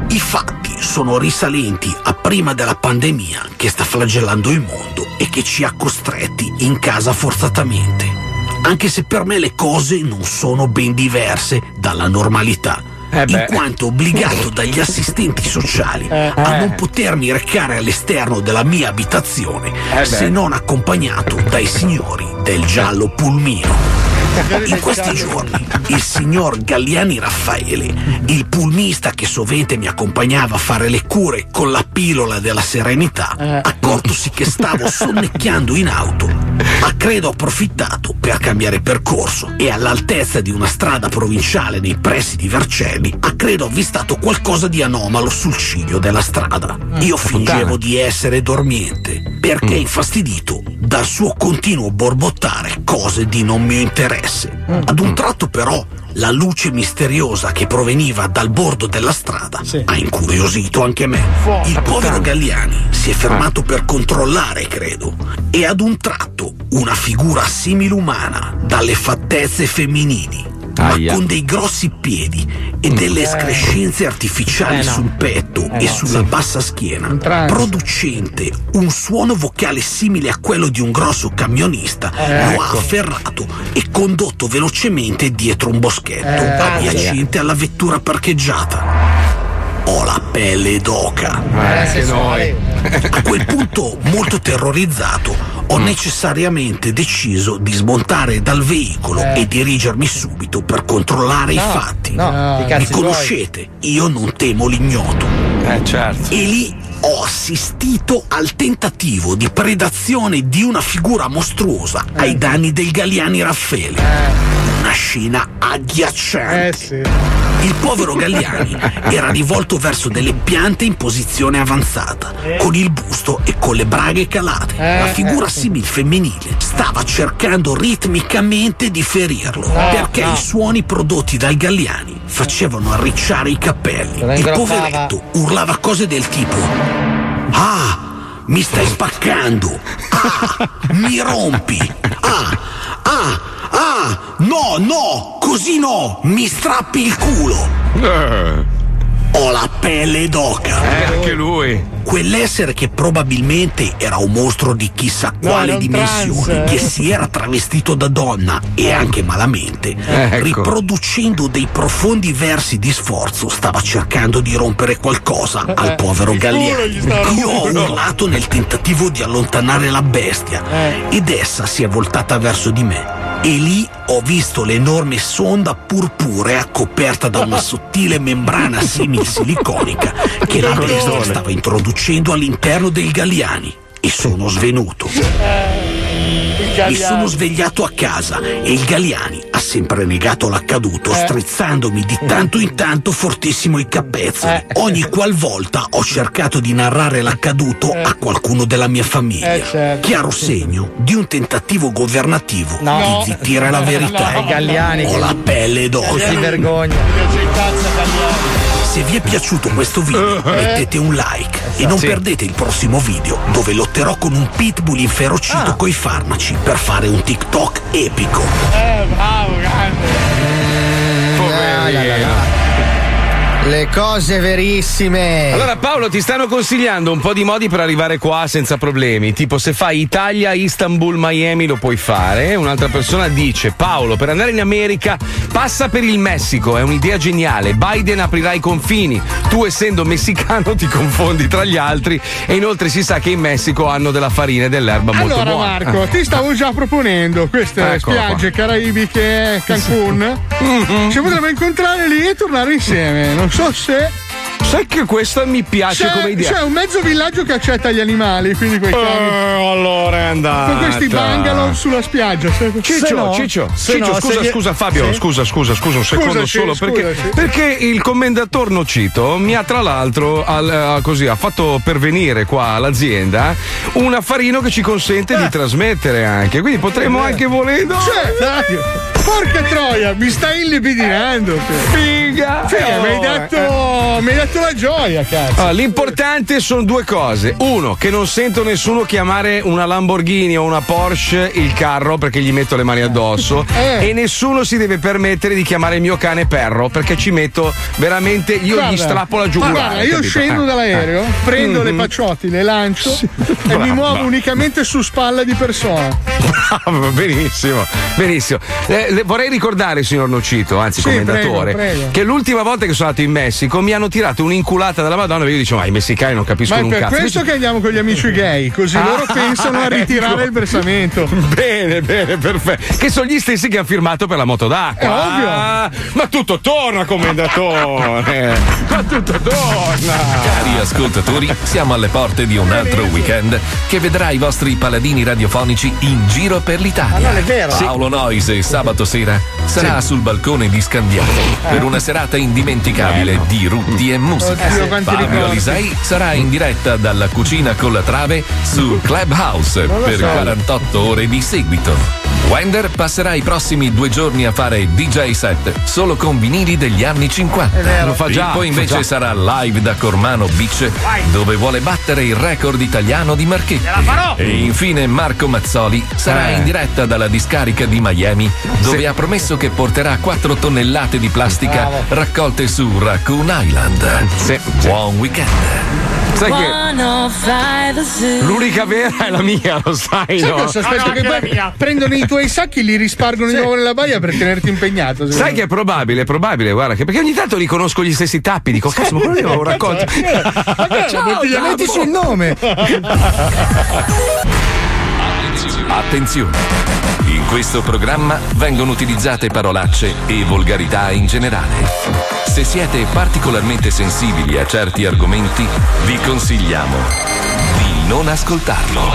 I fatti sono risalenti a prima della pandemia che sta flagellando il mondo e che ci ha costretti in casa forzatamente. Anche se per me le cose non sono ben diverse dalla normalità, in quanto obbligato dagli assistenti sociali a non potermi recare all'esterno della mia abitazione se non accompagnato dai signori del giallo pulmino. In questi giorni il signor Galliani Raffaele, il pulmista che sovente mi accompagnava a fare le cure con la pillola della serenità, accortosi che stavo sonnecchiando in auto, ha credo approfittato per cambiare percorso e all'altezza di una strada provinciale nei pressi di Vercelli ha credo avvistato qualcosa di anomalo sul ciglio della strada. Io fingevo di essere dormiente perché infastidito dal suo continuo borbottare cose di non mio interesse. Ad un tratto però la luce misteriosa che proveniva dal bordo della strada ha incuriosito anche me. Il povero Galliani si è fermato per controllare, credo, e ad un tratto una figura similumana dalle fattezze femminili, ma con dei grossi piedi e delle escrescenze artificiali sul petto e sulla bassa schiena, producente un suono vocale simile a quello di un grosso camionista, lo ha afferrato e condotto velocemente dietro un boschetto adiacente alla vettura parcheggiata. Ho la pelle d'oca. A quel punto, molto terrorizzato, ho necessariamente deciso di smontare dal veicolo e dirigermi subito per controllare i fatti. Mi conoscete, io non temo l'ignoto.
Certo.
E lì ho assistito al tentativo di predazione di una figura mostruosa ai danni del Galliani Raffaele. Una scena agghiacciante. Il povero Galliani era rivolto verso delle piante in posizione avanzata, con il busto e con le braghe calate. La figura simil femminile stava cercando ritmicamente di ferirlo, perché i suoni prodotti dal Galliani facevano arricciare i capelli. Il poveretto urlava cose del tipo: "Ah, mi stai spaccando! Ah, mi rompi! No, così no, mi strappi il culo!" Ho la pelle d'oca.
Anche lui.
Quell'essere che probabilmente era un mostro di chissà quale dimensione, che si era travestito da donna e anche malamente, riproducendo dei profondi versi di sforzo, stava cercando di rompere qualcosa al povero Galliani. Io ho urlato nel tentativo di allontanare la bestia ed essa si è voltata verso di me. E lì ho visto l'enorme sonda purpurea coperta da una sottile membrana simil siliconica che la bestia stava introducendo all'interno del Galliani, e sono svenuto. Mi sono svegliato a casa e il Galliani ha sempre negato l'accaduto, strizzandomi di tanto in tanto fortissimo i capezzoli ogni qualvolta ho cercato di narrare l'accaduto a qualcuno della mia famiglia. Chiaro segno di un tentativo governativo di zittire la verità.
Galliani,
ho la pelle d'oca.
Si vergogna.
Se vi è piaciuto questo video mettete un like e non perdete il prossimo video dove lotterò con un pitbull inferocito coi farmaci per fare un TikTok epico.
Bravo, grande. Le cose verissime.
Allora Paolo, ti stanno consigliando un po' di modi per arrivare qua senza problemi. Tipo, se fai Italia, Istanbul, Miami lo puoi fare. Un'altra persona dice: Paolo, per andare in America passa per il Messico, è un'idea geniale. Biden aprirà i confini. Tu, essendo messicano, ti confondi tra gli altri. E inoltre si sa che in Messico hanno della farina e dell'erba molto buona.
Allora Marco, ti stavo già proponendo queste spiagge caraibiche, Cancun. Ci potremmo incontrare lì e tornare insieme. Non so se.
Sai che questa mi piace come idea.
C'è un mezzo villaggio che accetta gli animali, quindi quei cani.
Allora è andata.
Con questi bungalow sulla spiaggia.
Ciccio, scusa Fabio, scusa un secondo solo. Perché il commendator Nocito mi ha tra l'altro ha fatto pervenire qua all'azienda un affarino che ci consente di trasmettere anche. Quindi potremmo anche volendo.
Porca troia, mi stai inlipidinando.
Figa.
Mi hai detto avuto la gioia, cazzo.
Allora, l'importante sono due cose. Uno, che non sento nessuno chiamare una Lamborghini o una Porsche il carro perché gli metto le mani addosso. E nessuno si deve permettere di chiamare il mio cane Perro perché ci metto veramente, io gli strappo la giugulare.
Guarda, io scendo dall'aereo, prendo le pacciotti, le lancio e mi muovo unicamente su spalla di persona.
Bravo, benissimo, benissimo. Vorrei ricordare, signor Nocito, anzi commendatore,
prego.
che l'ultima volta che sono andato in Messico mi hanno tirato un'inculata della Madonna e io dicevo, ma i messicani non capiscono un
cazzo. Ma è per
cazzo.
questo che andiamo con gli amici gay, così loro pensano a ritirare il versamento.
Bene, perfetto. Che sono gli stessi che hanno firmato per la moto d'acqua.
È ovvio.
Ma tutto torna, commendatore. Ma tutto torna.
Cari ascoltatori, siamo alle porte di un altro weekend che vedrà i vostri paladini radiofonici in giro per l'Italia.
Ma non è vero.
Paolo Noise sabato sera sarà sul balcone di Scandiano per una serata indimenticabile di rutti e musica.
Oddio,
Fabio Alisei sarà in diretta dalla cucina con la trave su Clubhouse per 48 ore di seguito. Wender passerà i prossimi 2 giorni a fare DJ set solo con vinili degli anni 50.
Lo fa già.
Pippo invece sarà live da Cormano Beach dove vuole battere il record italiano di Marchetti. E infine Marco Mazzoli sarà in diretta dalla discarica di Miami dove ha promesso che porterà 4 tonnellate di plastica raccolte su Raccoon Island. Buon weekend.
Sai che l'unica vera è la mia, lo sai,
Sai
no?
cosa? Aspetta che poi prendono i tuoi sacchi e li rispargono di nuovo nella baia per tenerti impegnato.
Sai che è probabile, guarda, che perché ogni tanto riconosco gli stessi tappi, dico, cazzo, ma quello lì l'avevo raccolto.
Mettici il nome.
Attenzione! In questo programma vengono utilizzate parolacce e volgarità in generale. Se siete particolarmente sensibili a certi argomenti, vi consigliamo di non ascoltarlo.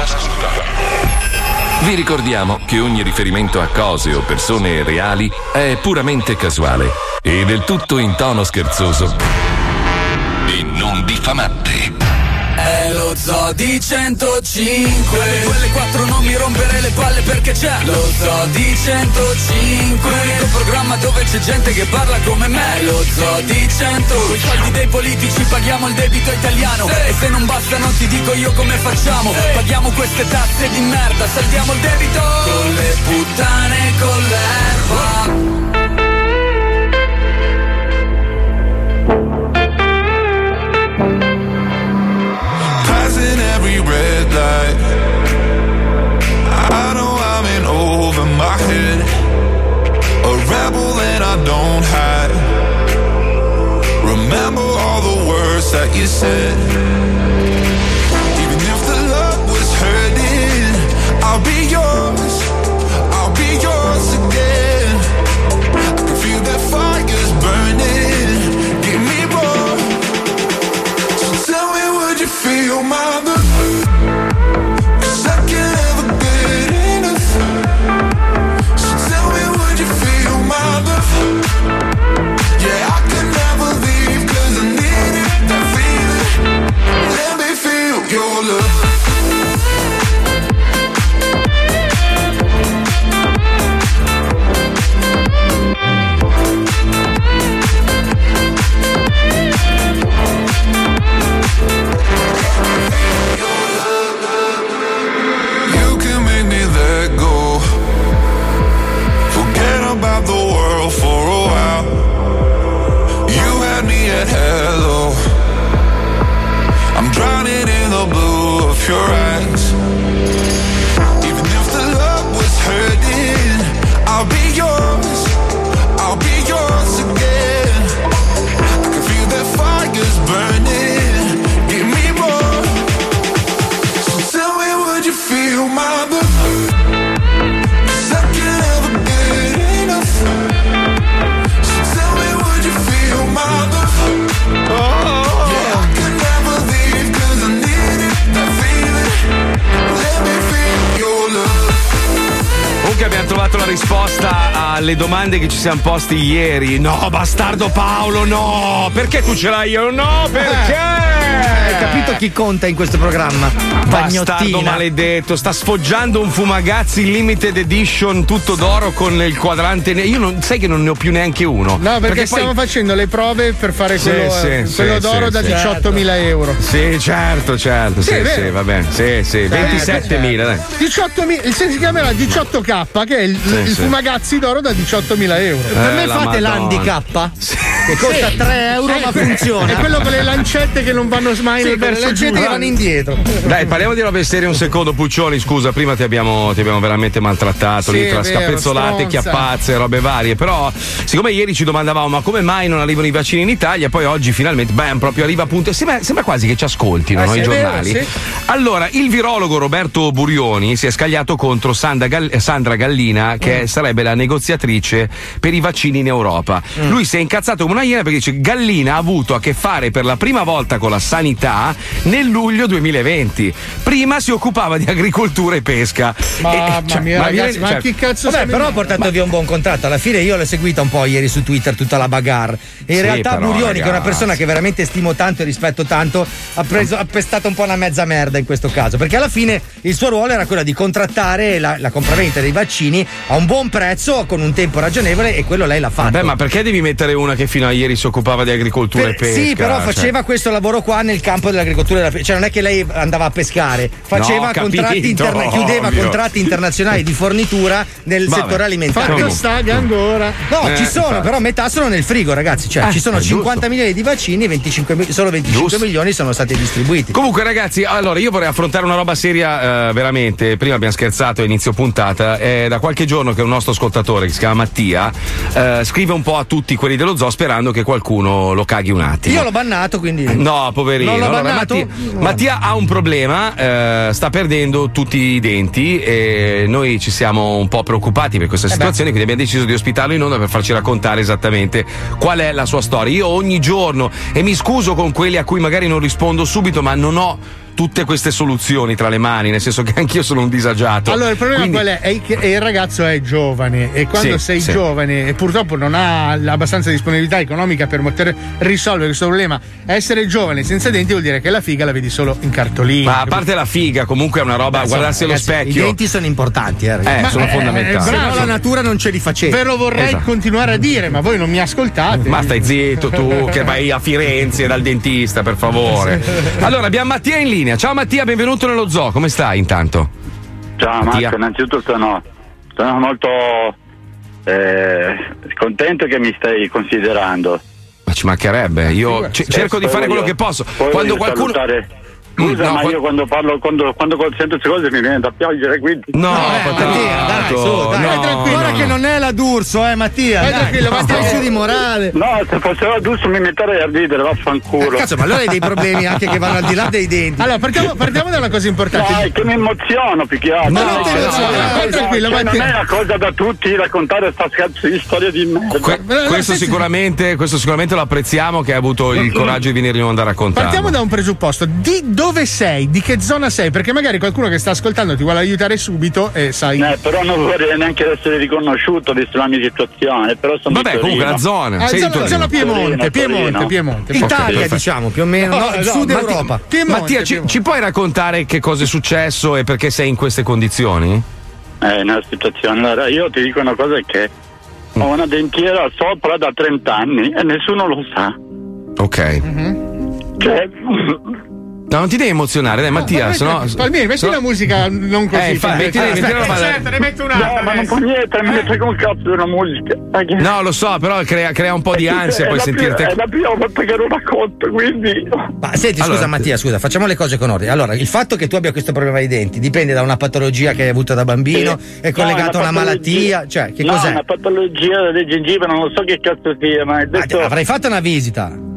Vi ricordiamo che ogni riferimento a cose o persone reali è puramente casuale e del tutto in tono scherzoso e non diffamante.
È lo Zoo di 105. Quelle 4 non mi rompere le palle perché c'è lo Zoo di 105. L'unico programma dove c'è gente che parla come me. Lo Zoo di 100. Con i soldi dei politici paghiamo il debito italiano. E se non bastano ti dico io come facciamo. Paghiamo queste tasse di merda, saldiamo il debito con le puttane e con l'erba.
Every red light, I know I'm in over my head, a rebel and I don't hide. Remember all the words that you said. Even if the love was hurting, I'll be yours, I'll be yours again. I can feel that fire's burning, give me more. So tell me, would you feel my love? Your love. You can make me let go. Forget about the world for a while. You had me at hello. I'm drowning in the blue of your eyes. Even if the love was hurting, I'll be yours, I'll be yours again. I can feel that fire's burning, give me more. So tell me, would you feel my love? 'Cause I can never get enough. So tell me, would you feel my love? Oh, yeah, I can never leave 'cause I need it, that feeling. Let me feel your love.
Comunque abbiamo arrivato la risposta alle domande che ci siamo posti ieri. No, bastardo Paolo, no! Perché tu ce l'hai io? No, perché?
Hai capito chi conta in questo programma?
Bastardo maledetto, sta sfoggiando un Fumagazzi limited edition tutto d'oro con il quadrante. Io sai che non ne ho più neanche uno.
No, perché stiamo facendo le prove per fare quello d'oro da 18.000 euro.
Sì, certo. Sì, va bene. Sì, 27.000, dai.
18.000, si chiamerà 18K, che è il Fumagazzi d'oro da 18.000 euro.
Per me fate l'handicap? Che costa 3 euro ma funziona.
È quello con le lancette che non vanno mai nel verso
le lancette che vanno indietro.
Dai, parliamo di robe serie un secondo. Puccioni, scusa, prima ti abbiamo veramente maltrattato lì tra scapezzolate, chiappazze, robe varie. Però, siccome ieri ci domandavamo ma come mai non arrivano i vaccini in Italia, poi oggi finalmente, proprio arriva appunto. Sembra quasi che ci ascoltino i giornali. Vero, sì. Allora, il virologo Roberto Burioni si è scagliato contro Sandra Gallina, che sarebbe la negoziatrice per i vaccini in Europa. Lui si è incazzato come una iena perché dice: Gallina ha avuto a che fare per la prima volta con la sanità nel luglio 2020. Prima si occupava di agricoltura e pesca.
Mamma mia, ragazzi, ma chi cazzo?
Vabbè, però ha portato via un buon contratto. Alla fine io l'ho seguita un po' ieri su Twitter, tutta la bagarre. E in realtà però, Burioni, che è una persona che veramente stimo tanto e rispetto tanto, ha pestato un po' una mezza merda in questo caso, perché alla fine il suo ruolo era quello di contrattare la compravendita dei vaccini a un buon prezzo con un tempo ragionevole, e quello lei l'ha fatto.
Vabbè, ma perché devi mettere una che fino a ieri si occupava di agricoltura e pesca?
Sì, però faceva questo lavoro qua nel campo dell'agricoltura e della pesca. Cioè non è che lei andava a pescare, faceva chiudeva contratti internazionali di fornitura nel settore alimentare.
Fatto sta che ancora.
No, ci sono, però metà sono nel frigo, ragazzi. Cioè, ci sono 50 milioni di vaccini, solo 25 milioni sono stati distribuiti.
Comunque, ragazzi, allora io vorrei affrontare una roba seria, veramente. Prima abbiamo scherzato a inizio puntata. Da qualche giorno che un nostro ascoltatore, che si chiama Mattia, scrive un po' a tutti quelli dello zoo sperando che qualcuno lo caghi un attimo.
Io l'ho bannato, quindi.
No, poverino.
Non l'ho bannato.
Mattia ha un problema, sta perdendo tutti i denti e noi ci siamo un po' preoccupati per questa situazione, quindi abbiamo deciso di ospitarlo in onda per farci raccontare esattamente qual è la sua storia. Io ogni giorno, e mi scuso con quelli a cui magari non rispondo subito, ma non ho tutte queste soluzioni tra le mani, nel senso che anch'io sono un disagiato.
Allora il problema qual è che il ragazzo è giovane, e quando sei giovane e purtroppo non ha abbastanza disponibilità economica per poter risolvere questo problema, essere giovane senza denti vuol dire che la figa la vedi solo in cartolina.
Ma a parte la figa, comunque è una roba, guardarsi allo specchio.
I denti sono importanti,
sono fondamentali.
Se no la natura non ce li faceva.
Ve lo vorrei continuare a dire, ma voi non mi ascoltate.
Ma stai zitto tu che vai a Firenze dal dentista, per favore. Allora abbiamo Mattia in linea. Ciao Mattia, benvenuto nello zoo. Come stai intanto?
Ciao Marco, innanzitutto sono molto contento che mi stai considerando.
Ma ci mancherebbe, io cerco di fare quello che posso. Quando qualcuno
Scusa, ma io quando parlo, quando sento queste cose mi viene da piangere, quindi.
No,
Mattia, dai, su, dai, tranquillo. Guarda che non è la D'Urso, Mattia. Vai tranquillo, ma stai su di morale.
No, se fosse la D'Urso mi metterei a ridere, vaffanculo.
Cazzo, ma allora hai dei problemi anche che vanno al di là dei denti.
Allora, partiamo da una cosa importante.
No, è che mi emoziono più che altro.
Ma non ti emozionare,
tranquillo,
non è una cosa da tutti raccontare sta cazzo di storia di merda.
Questo sicuramente lo apprezziamo, che hai avuto il coraggio di venire in onda a raccontare.
Partiamo da un presupposto. Di dove sei? Di che zona sei? Perché magari qualcuno che sta ascoltando ti vuole aiutare subito e sai.
Però non vorrei neanche essere riconosciuto visto la mia situazione. Però sono
vabbè, comunque la zona.
Zona Piemonte.
Italia, diciamo, più o meno. Sud Europa.
Mattia, ci puoi raccontare che cosa è successo e perché sei in queste condizioni?
Una situazione. Allora, io ti dico una cosa, che ho una dentiera sopra da 30 anni e nessuno lo sa.
Ok.
Cioè.
No, non ti devi emozionare, dai Mattia, sennò.
Palmieri, metti la musica non così.
Ne metto un'altra.
No, ma non fa niente, mi mette con cazzo di una musica.
No, lo so, però crea un po' di ansia poi sentirti.
È la prima volta che lo racconto, quindi.
Ma senti, scusa Mattia, facciamo le cose con ordine. Allora, il fatto che tu abbia questo problema ai denti dipende da una patologia che hai avuto da bambino, è collegato a una malattia, cioè che cos'è?
No, una patologia delle gengive, non lo so che cazzo sia, ma
avrai fatto una visita.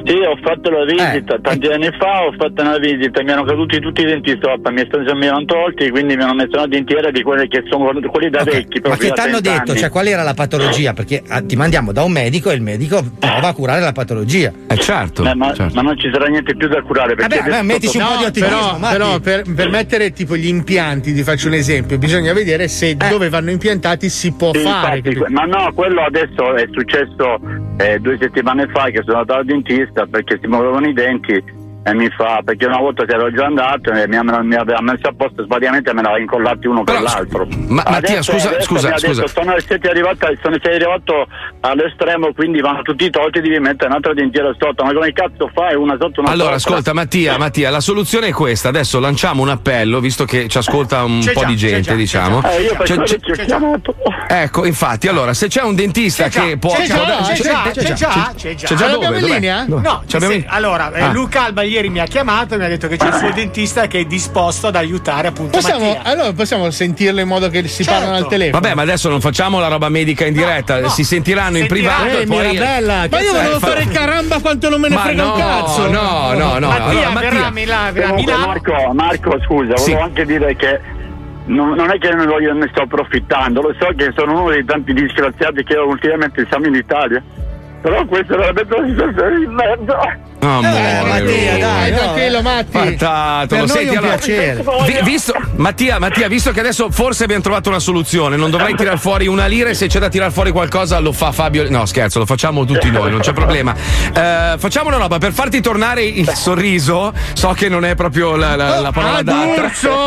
Sì, ho fatto la visita tanti anni fa, ho fatto una visita, mi hanno caduti tutti i denti sopra, mi erano tolti, quindi mi hanno messo una dentiera di quelle che sono quelli da vecchi.
Ma che
da
ti hanno
30
detto?
anni.
Cioè, qual era la patologia? Perché ti mandiamo da un medico e il medico prova a curare la patologia.
Certo.
Ma non ci sarà niente più da curare. Perché
mettici un po' di ottimismo.
Però per mettere tipo gli impianti, ti faccio un esempio, bisogna vedere se dove vanno impiantati si può fare.
Infatti, ma no, quello adesso è successo 2 settimane fa che sono andato al dentista perché si muovevano i denti e mi fa, perché una volta che ero già andato e mi aveva messo a posto, sbagliatamente me ne aveva incollati uno per l'altro.
Ma Mattia, scusa.
Detto, siete arrivato all'estremo, quindi vanno tutti tolti, devi mettere un'altra dentiera sotto. Ma come cazzo fai una sotto una
Allora,
sopra?
ascolta Mattia, la soluzione è questa. Adesso lanciamo un appello, visto che ci ascolta un po' di gente, diciamo.
Io per quello ti ho chiamato.
Ecco, infatti, allora, se c'è un dentista che può.
C'è già.
C'è già dove?
in linea? No,
C'abbiamo
allora, Luca Alba ieri mi ha chiamato e mi ha detto che c'è il suo dentista che è disposto ad aiutare appunto Mattia.
Allora possiamo sentirlo in modo che si parlano al telefono.
Vabbè, ma adesso non facciamo la roba medica in diretta, si sentiranno in privato e poi.
Mirabella, ma io volevo fare caramba quanto non me ne frega un cazzo.
No.
Mattia, verrà a Milano.
Marco, scusa, volevo anche dire che non è che ne sto approfittando, lo so che sono uno dei tanti disgraziati che ultimamente siamo in Italia, però questa è veramente una situazione di merda.
Mattia, dai, tranquillo, Matti.
Partatelo. Senti, allora, Mattia, visto che adesso forse abbiamo trovato una soluzione, non dovrai tirar fuori una lira e se c'è da tirar fuori qualcosa lo fa Fabio. No, scherzo, lo facciamo tutti noi, non c'è problema. Facciamo una roba per farti tornare il sorriso. So che non è proprio la parola adatta.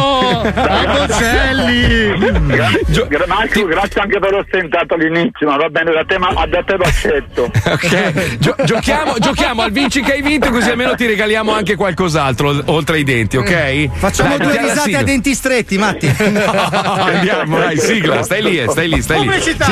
Marco, grazie anche per l'ostentato all'inizio, ma va bene, da te lo accetto.
Ok, giochiamo al vinci che hai vinto, così almeno ti regaliamo anche qualcos'altro oltre ai denti, ok?
Facciamo 2 risate a denti stretti, Matti.
No, andiamo, dai, sigla, stai lì.
Pubblicità.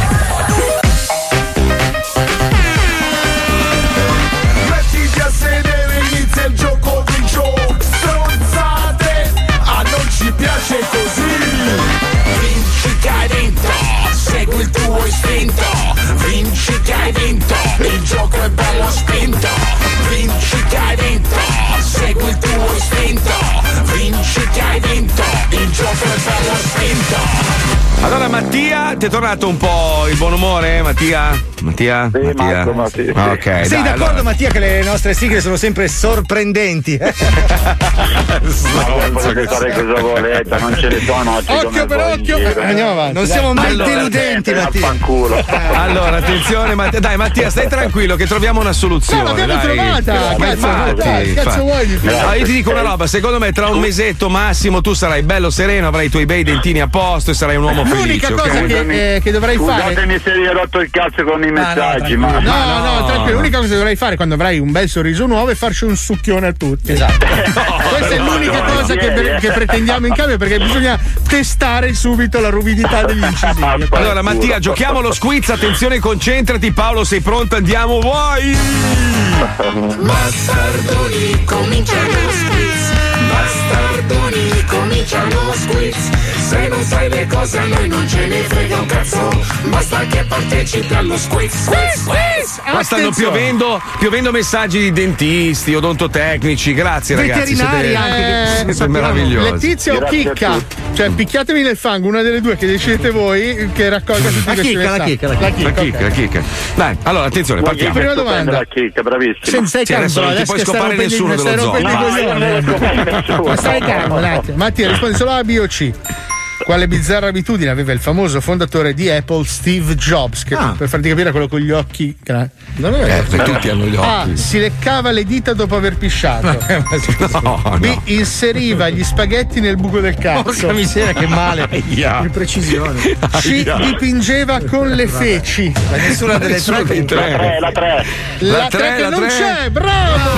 Mettiti a sedere, inizia il gioco di gioco. Stronzate, non ci piace così. Vinci che hai vinto, segui il tuo istinto. Vinci che hai vinto, il gioco è bello spinto. Vinci che hai vinto, segui il tuo istinto. Vinci che hai vinto, il gioco è bello spinto.
Allora Mattia, ti è tornato un po' il buon umore, Mattia?
Sì, Marco, sì.
Ok.
Sei d'accordo,
allora.
Mattia, che le nostre sigle sono sempre sorprendenti?
Potete fare cosa volete, non ce ne sono.
Occhio per occhio. Andiamo avanti.
Non siamo mai deludenti, Mattia.
Allora, attenzione, Mattia. Dai, Mattia, stai tranquillo che troviamo una soluzione.
No, l'abbiamo
dai.
trovata. Cazzo vuoi di più?
No, io ti dico una roba, secondo me tra un mesetto massimo tu sarai bello sereno, avrai i tuoi bei dentini a posto e sarai un uomo felice.
L'unica cosa che dovrai fare.
Scusatemi se vi ho rotto il cazzo con i messaggi, ma.
No, tranquillo. L'unica cosa che dovrai fare quando avrai un bel sorriso nuovo è farci un succhione a tutti.
Esatto.
Questa è l'unica cosa che pretendiamo in cambio, perché bisogna testare subito la ruvidità degli incisivi.
Allora, Mattia, giochiamo lo squiz. Attenzione, concentrati. Paolo, sei pronto? Andiamo, vuoi?
Bastardoni, comincia lo squiz. Bastardoni, comincia lo squiz. Se non sai le cose a noi non ce ne frega un cazzo. Basta che partecipi allo squiz.
Qua stanno piovendo messaggi di dentisti, odontotecnici. Grazie ragazzi, siete meravigliosi.
Letizia o
Grazie
Chicca? Cioè, picchiatevi nel fango, una delle due che decidete voi, che raccolga tutti questi messaggi.
La chicca. Dai, allora attenzione, partiamo.
Prima domanda.
La chicca, bravissimo.
Stai
adesso non ti puoi scopare nessuno dello zoo.
Ma stai calmo, un attimo. Mattia, rispondi solo A, B o C. Quale bizzarra abitudine aveva il famoso fondatore di Apple, Steve Jobs? Che per farti capire quello con gli occhi.
Tutti hanno gli occhi.
A. Si leccava le dita dopo aver pisciato. B. Inseriva gli spaghetti nel buco del cazzo.
Porca miseria, che male. Di precisione.
C. Dipingeva con le feci.
Ma nessuna delle tre.
La 3.
La 3 che non c'è, bravo!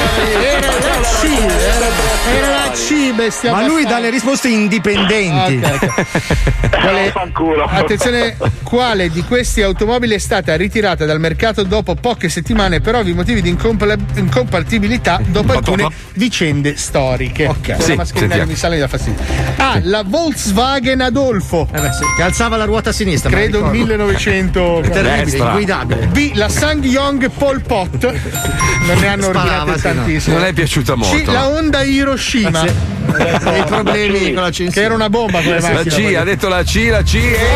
Era la C, bestia.
Ma lui dà le risposte indipendenti.
Attenzione, quale di queste automobili è stata ritirata dal mercato dopo poche settimane per ovvi motivi di incompatibilità dopo alcune vicende storiche? Ok,
Sì,
la mascherina
sentiamo.
che mi sale da fastidio. A. La Volkswagen Adolfo.
Che alzava la ruota a sinistra.
Credo 1900.
Terribile, inguidabile.
B. La Sang-Yong Pol Pot. Non ne hanno
Sparava,
ordinate
sì, no.
tantissime.
Non è piaciuta molto.
C. La Honda Hiroshima.
E i problemi con la
Che era una bomba con le
La
macchine.
C, ha detto la C è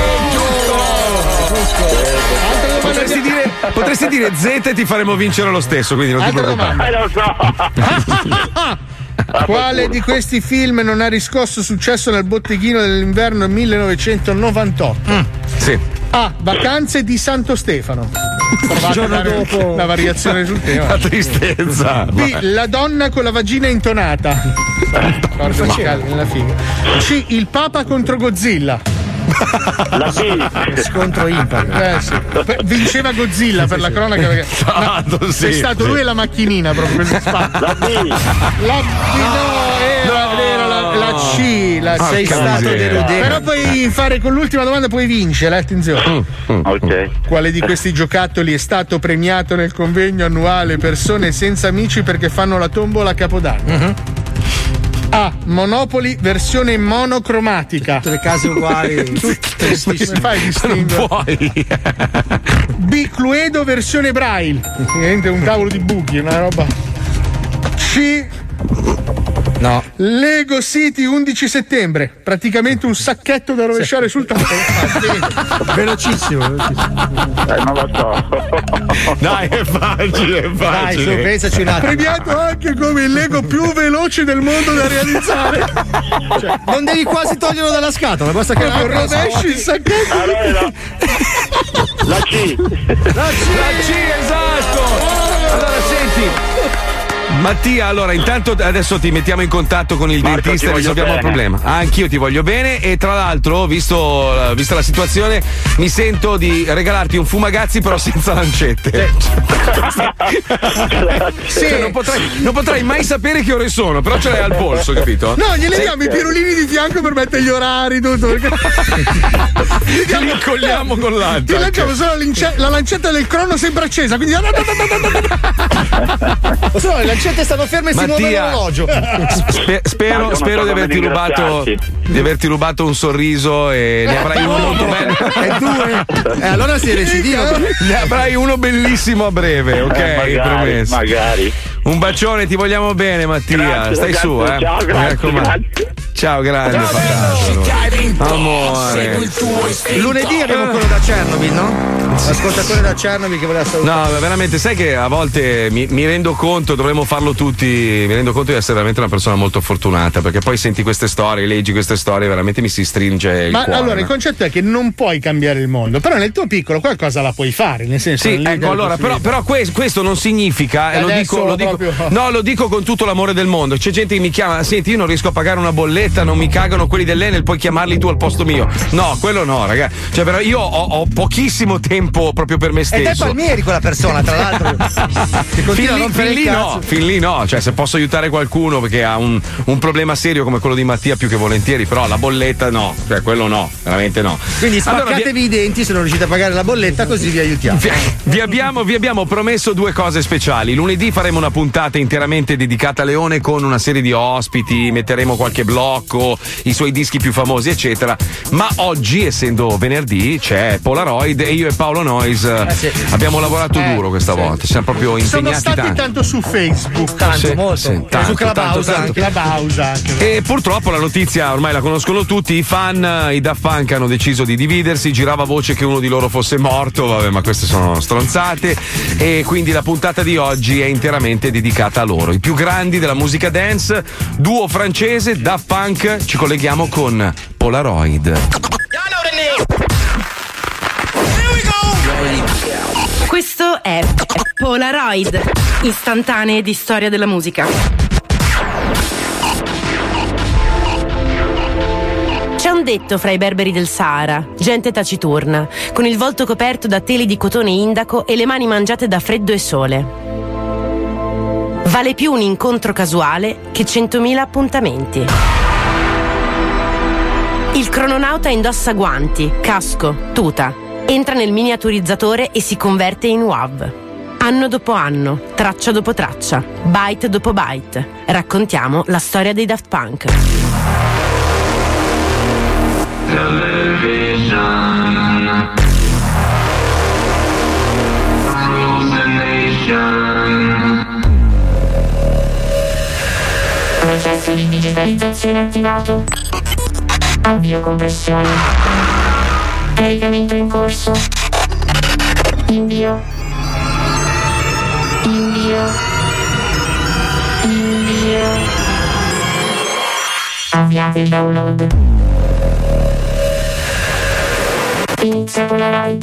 Potresti dire Z e ti faremo vincere lo stesso, quindi non ti
Altra
preoccupare.
Lo so.
Quale di questi film non ha riscosso successo nel botteghino dell'inverno 1998?
Sì.
A. Vacanze di Santo Stefano. Provate
giorno
a dare
dopo.
una variazione sul tema.
La tristezza.
B. La donna con la vagina intonata. Ricordo musicale nella figa. C. Il Papa contro Godzilla.
La B.
Scontro impari.
Sì. Vinceva Godzilla per la cronaca perché
Esatto, sì,
è stato
sì.
lui e la macchinina proprio così spazio.
La B.
La B no, era la C. La
Porca
sei stato
miseria.
deludente. Però puoi fare con l'ultima domanda, puoi vincere, attenzione.
Ok.
Quale di questi giocattoli è stato premiato nel convegno annuale Persone senza amici perché fanno la tombola a Capodanno? A. Monopoly versione monocromatica.
Tutte le case uguali.
Come fai a distinguere?
Puoi.
B. Cluedo versione Braille. Niente, un tavolo di buchi, una roba. C.
No.
Lego City 11 settembre. Praticamente un sacchetto da rovesciare sul tavolo.
Velocissimo.
Non lo so.
Dai, è facile, è
Dai, su,
facile.
pensaci un attimo.
Premiato anche come il Lego più veloce del mondo da realizzare.
Non devi quasi toglierlo dalla scatola, basta che
Proprio rovesci il sacchetto.
Allora, la C.
La C, esatto. Allora, senti. Mattia, allora intanto adesso ti mettiamo in contatto con il
Marco,
dentista
ti
e
voglio
risolviamo il
bene.
problema. Anch'io ti voglio bene e tra l'altro, vista la situazione, mi sento di regalarti un fumagazzi però senza lancette. Cioè, non potrai mai sapere che ore sono, però ce l'hai al polso, capito?
No, gli leghiamo i pirulini di fianco per mettere gli orari, tutto. Perché...
Ti incolliamo con
Ti
l'altro.
lanciamo solo la lancetta del crono sempre accesa, quindi.
So, le lancette stanno ferme e si muove
Mattia,
l'orologio.
Spero
non so
di
come
averti rubato un sorriso e ne avrai uno molto bello.
E due. Allora sei recidivo.
Ne avrai uno bellissimo a breve, ok?
Magari,
Promesso.
magari.
Un bacione, ti vogliamo bene, Mattia.
Grazie,
Stai
grazie,
su, eh.
ciao,
Mi
grazie,
raccomando.
grazie.
Ciao, grande. Amore.
Lunedì abbiamo quello da Chernobyl, no? L'ascoltatore da Chernobyl che voleva salutare.
No, veramente, sai che a volte mi rendo conto, dovremmo farlo tutti, mi rendo conto di essere veramente una persona molto fortunata, perché poi senti queste storie, leggi queste storie, veramente mi si stringe il
Ma
cuore.
allora il concetto è che non puoi cambiare il mondo, però nel tuo piccolo qualcosa la puoi fare, nel senso.
Sì,
lì
ecco,
delle
allora, però questo non significa, e lo
Adesso
dico,
proprio-
no, lo dico con tutto l'amore del mondo. C'è gente che mi chiama, senti, io non riesco a pagare una bolletta, non mi cagano quelli dell'Enel, puoi chiamarli tu al posto mio. No, quello no, ragazzi. Cioè, però io ho pochissimo tempo proprio per me
Ed è
stesso.
Palmieri quella persona, tra l'altro. Che continua a rompere il cazzo.
Fin lì no, cioè se posso aiutare qualcuno perché ha un problema serio come quello di Mattia più che volentieri, però la bolletta no, cioè quello no, veramente no.
Quindi
Allora,
spaccatevi i denti se non riuscite a pagare la bolletta, così vi aiutiamo.
vi abbiamo promesso due cose speciali. Lunedì faremo una puntata interamente dedicata a Leone con una serie di ospiti, metteremo qualche blocco, i suoi dischi più famosi, eccetera. Ma oggi, essendo venerdì, c'è Polaroid e io e Paolo Noyes abbiamo lavorato duro questa volta. Siamo proprio
Sono
impegnati
stati
tanto.
tanto su Facebook.
Tanto, molto.
tanto,
Su Clubhouse
tanto.
anche.
Clubhouse anche.
E purtroppo la notizia ormai la conoscono tutti, i fan, i Daft Punk hanno deciso di dividersi, girava voce che uno di loro fosse morto, vabbè, ma queste sono stronzate, e quindi la puntata di oggi è interamente dedicata a loro, i più grandi della musica dance, duo francese, Daft Punk. Ci colleghiamo con Polaroid.
Questo è Polaroid, istantanee di storia della musica. C'è un detto fra i berberi del Sahara, gente taciturna, con il volto coperto da teli di cotone indaco e le mani mangiate da freddo e sole. Vale più un incontro casuale che 100.000 appuntamenti. Il crononauta indossa guanti, casco, tuta. Entra nel miniaturizzatore e si converte in WAV. Anno dopo anno, traccia dopo traccia, byte dopo byte. Raccontiamo la storia dei Daft Punk.
Television rules the nation.
Processo di digitalizzazione attivato. Avvio compressione. Caricamento in corso. Invio. Avviate il download. Inizia Polaroid.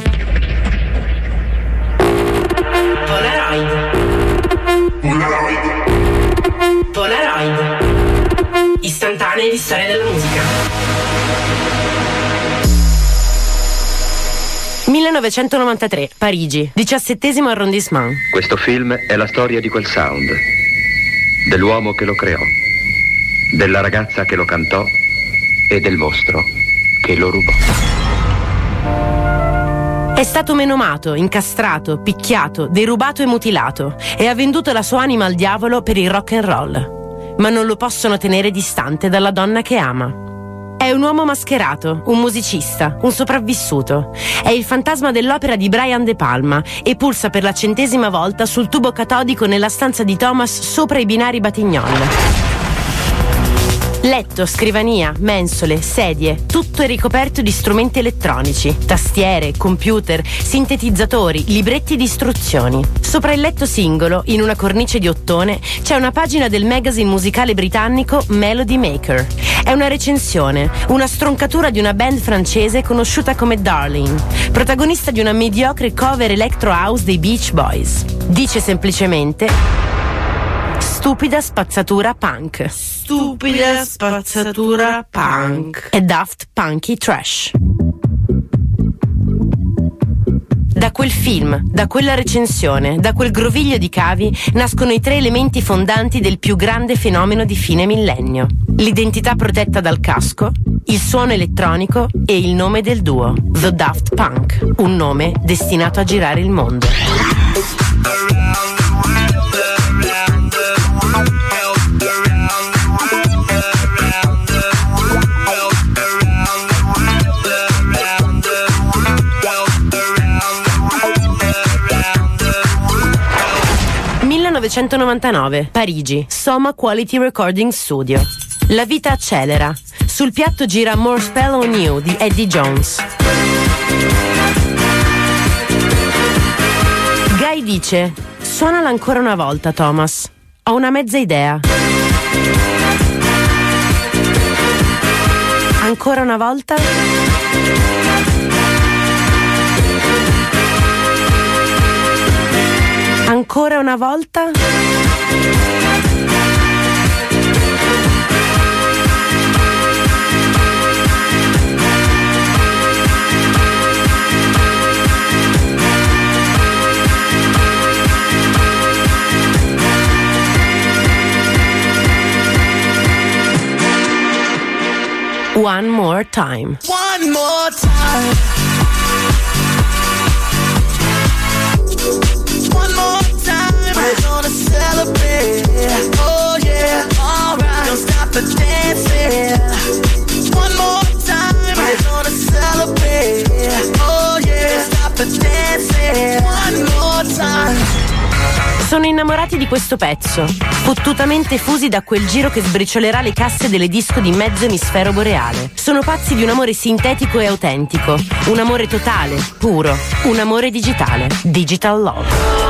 Polaroid. Istantanee di storia della musica. 1993, Parigi, 17° arrondissement.
Questo film è la storia di quel sound, dell'uomo che lo creò, della ragazza che lo cantò e del mostro che lo rubò.
È stato menomato, incastrato, picchiato, derubato e mutilato e ha venduto la sua anima al diavolo per il rock and roll. Ma non lo possono tenere distante dalla donna che ama. È un uomo mascherato, un musicista, un sopravvissuto. È il fantasma dell'opera di Brian De Palma e pulsa per la 100ª volta sul tubo catodico nella stanza di Thomas sopra i binari Batignolles. Letto, scrivania, mensole, sedie, tutto è ricoperto di strumenti elettronici, tastiere, computer, sintetizzatori, libretti di istruzioni. Sopra il letto singolo, in una cornice di ottone, c'è una pagina del magazine musicale britannico Melody Maker. È una recensione, una stroncatura di una band francese conosciuta come Darling, protagonista di una mediocre cover electro house dei Beach Boys. Dice semplicemente: stupida spazzatura punk. Stupida spazzatura punk. E Daft Punky Trash. Da quel film, da quella recensione, da quel groviglio di cavi nascono i 3 elementi fondanti del più grande fenomeno di fine millennio: l'identità protetta dal casco, il suono elettronico e il nome del duo, The Daft Punk, un nome destinato a girare il mondo. 1999, Parigi, Soma Quality Recording Studio. La vita accelera. Sul piatto gira More Spell on You di Eddie Jones. Guy dice: suonala ancora una volta, Thomas. Ho una mezza idea. Ancora una volta? Ancora una volta? One more time.
One more time. One more time. We're gonna celebrate. Oh yeah, alright. Don't stop the dancing. One more time. We're gonna celebrate. Oh yeah, don't stop the dancing. One more time.
Sono innamorati di questo pezzo, fottutamente fusi da quel giro che sbriciolerà le casse delle disco di mezzo emisfero boreale. Sono pazzi di un amore sintetico e autentico, un amore totale, puro, un amore digitale, digital love.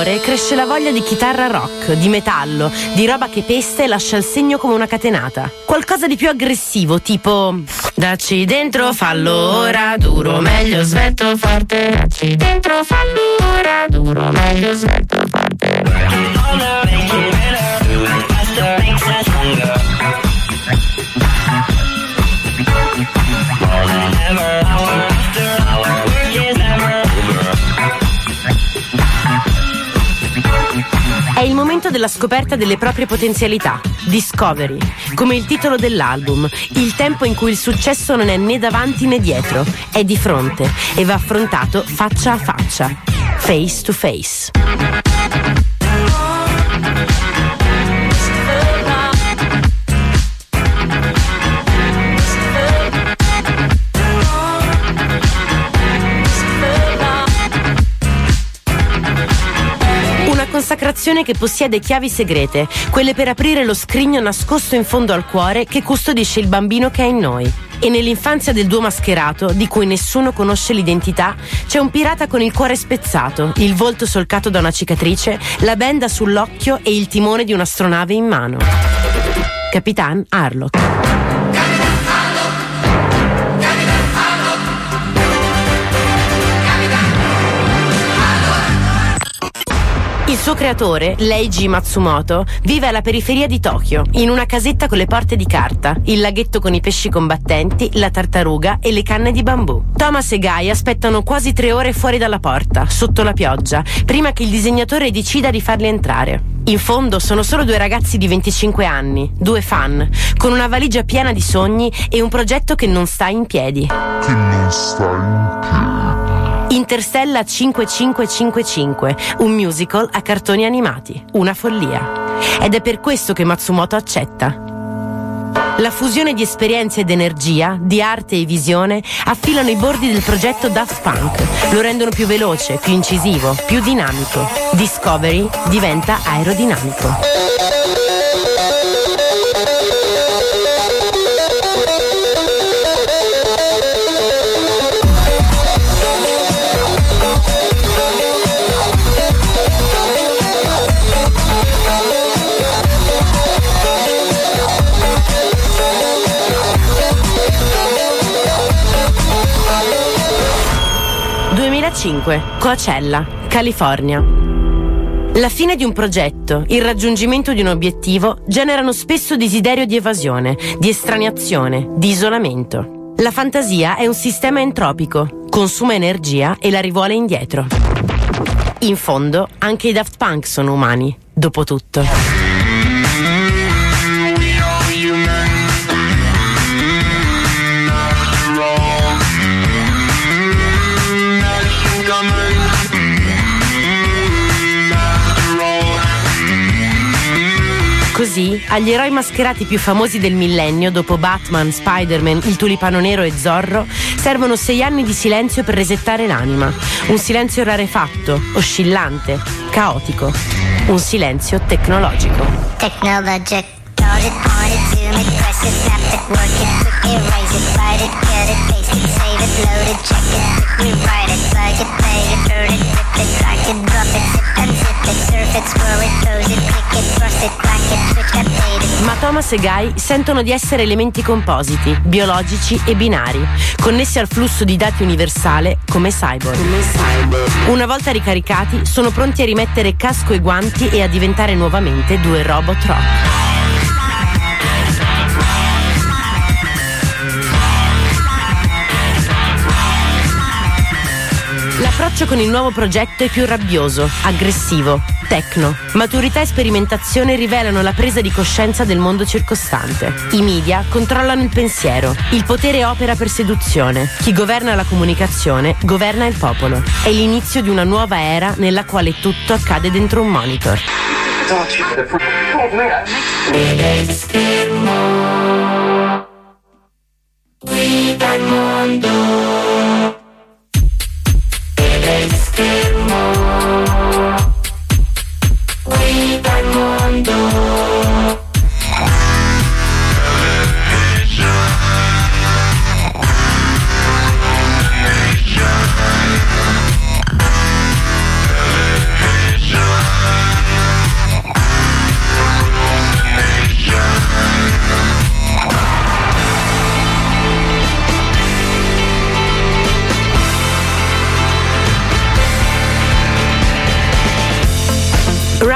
rumore cresce la voglia di chitarra rock, di metallo, di roba che pesta e lascia il segno come una catenata. Qualcosa di più aggressivo, tipo dacci dentro, fallo ora, duro, meglio, svetto, forte. Dacci dentro, fallo ora, duro, meglio, svetto, forte. È il momento della scoperta delle proprie potenzialità. Discovery, come il titolo dell'album, il tempo in cui il successo non è né davanti né dietro, è di fronte e va affrontato faccia a faccia, face to face. Consacrazione che possiede chiavi segrete, quelle per aprire lo scrigno nascosto in fondo al cuore che custodisce il bambino che è in noi. E nell'infanzia del duo mascherato, di cui nessuno conosce l'identità, c'è un pirata con il cuore spezzato, il volto solcato da una cicatrice, la benda sull'occhio e il timone di un'astronave in mano. Capitan Harlock. Il suo creatore, Leiji Matsumoto, vive alla periferia di Tokyo, in una casetta con le porte di carta, il laghetto con i pesci combattenti, la tartaruga e le canne di bambù. Thomas e Guy aspettano quasi 3 ore fuori dalla porta, sotto la pioggia, prima che il disegnatore decida di farli entrare. In fondo sono solo 2 ragazzi di 25 anni, 2 fan, con una valigia piena di sogni e un progetto che non sta in piedi. Interstella 5555, un musical a cartoni animati, una follia. Ed è per questo che Matsumoto accetta. La fusione di esperienze ed energia, di arte e visione, affilano i bordi del progetto Daft Punk, lo rendono più veloce, più incisivo, più dinamico. Discovery diventa aerodinamico. Coachella, California. La fine di un progetto, il raggiungimento di un obiettivo generano spesso desiderio di evasione, di estraniazione, di isolamento. La fantasia è un sistema entropico, consuma energia e la rivuole indietro. In fondo, anche i Daft Punk sono umani, dopo tutto. Così, agli eroi mascherati più famosi del millennio, dopo Batman, Spider-Man, il Tulipano Nero e Zorro, servono 6 anni di silenzio per resettare l'anima. Un silenzio rarefatto, oscillante, caotico. Un silenzio tecnologico.
Technologic. Load it, on it, zoom it, press it, snap it, work it, quick erase it, write it, cut it, paste it, save it, load it, check it, quick rewrite it, plug it, play it, turn it, rip it, drag it, drop it, zip unzip it, surf it, scroll it, close it, click it, cross it, crack it, switch, update it.
Ma Thomas e Guy sentono di essere elementi compositi, biologici e binari, connessi al flusso di dati universale come cyborg. Una volta ricaricati, sono pronti a rimettere casco e guanti e a diventare nuovamente 2 robot rock. L'approccio con il nuovo progetto è più rabbioso, aggressivo, tecno. Maturità e sperimentazione rivelano la presa di coscienza del mondo circostante. I media controllano il pensiero. Il potere opera per seduzione. Chi governa la comunicazione governa il popolo. È l'inizio di una nuova era nella quale tutto accade dentro un monitor.
Guida il mondo. Guida il mondo.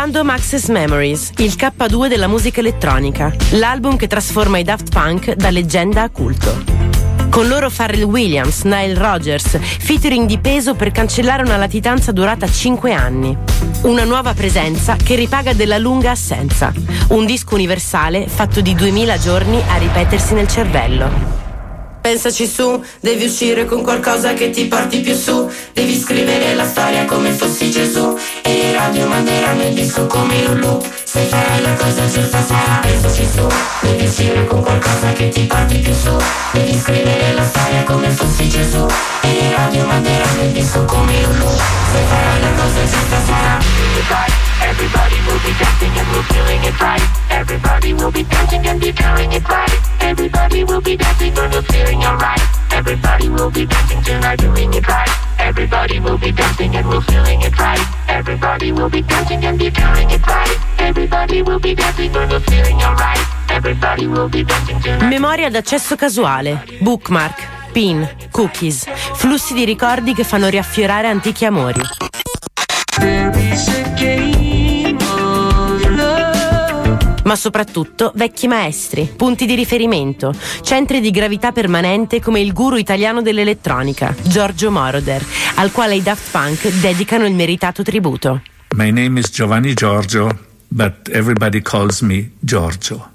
Random Access Memories, il K2 della musica elettronica, l'album che trasforma i Daft Punk da leggenda a culto. Con loro Pharrell Williams, Nile Rodgers, featuring di peso per cancellare una latitanza durata 5 anni. Una nuova presenza che ripaga della lunga assenza. Un disco universale fatto di 2000 giorni a ripetersi nel cervello.
Pensaci su, devi uscire con qualcosa che ti porti più su. Devi scrivere la storia come fossi Gesù. E i radio manderanno il disco come Lulu. Se farai la cosa giusta sarà. Pensaci su, devi uscire con qualcosa che ti porti più su. Devi scrivere la storia come fossi Gesù. E i radio manderanno il disco come Lulu. Se farai la cosa giusta sarà. Everybody will be dancing and we're feeling it right. Everybody will be dancing and be doing it right. Everybody will be dancing and we're feeling alright. Everybody will be dancing tonight, doing it right. Everybody will be dancing and we're feeling it right. Everybody will be dancing and be doing it right. Everybody will be dancing and we're feeling alright. Everybody will be dancing tonight.
Memoria d'accesso casuale, bookmark, pin, cookies, flussi di ricordi che fanno riaffiorare antichi amori. Ma soprattutto vecchi maestri, punti di riferimento, centri di gravità permanente come il guru italiano dell'elettronica, Giorgio Moroder, al quale i Daft Punk dedicano il meritato tributo.
My name is Giovanni Giorgio, but everybody calls me Giorgio.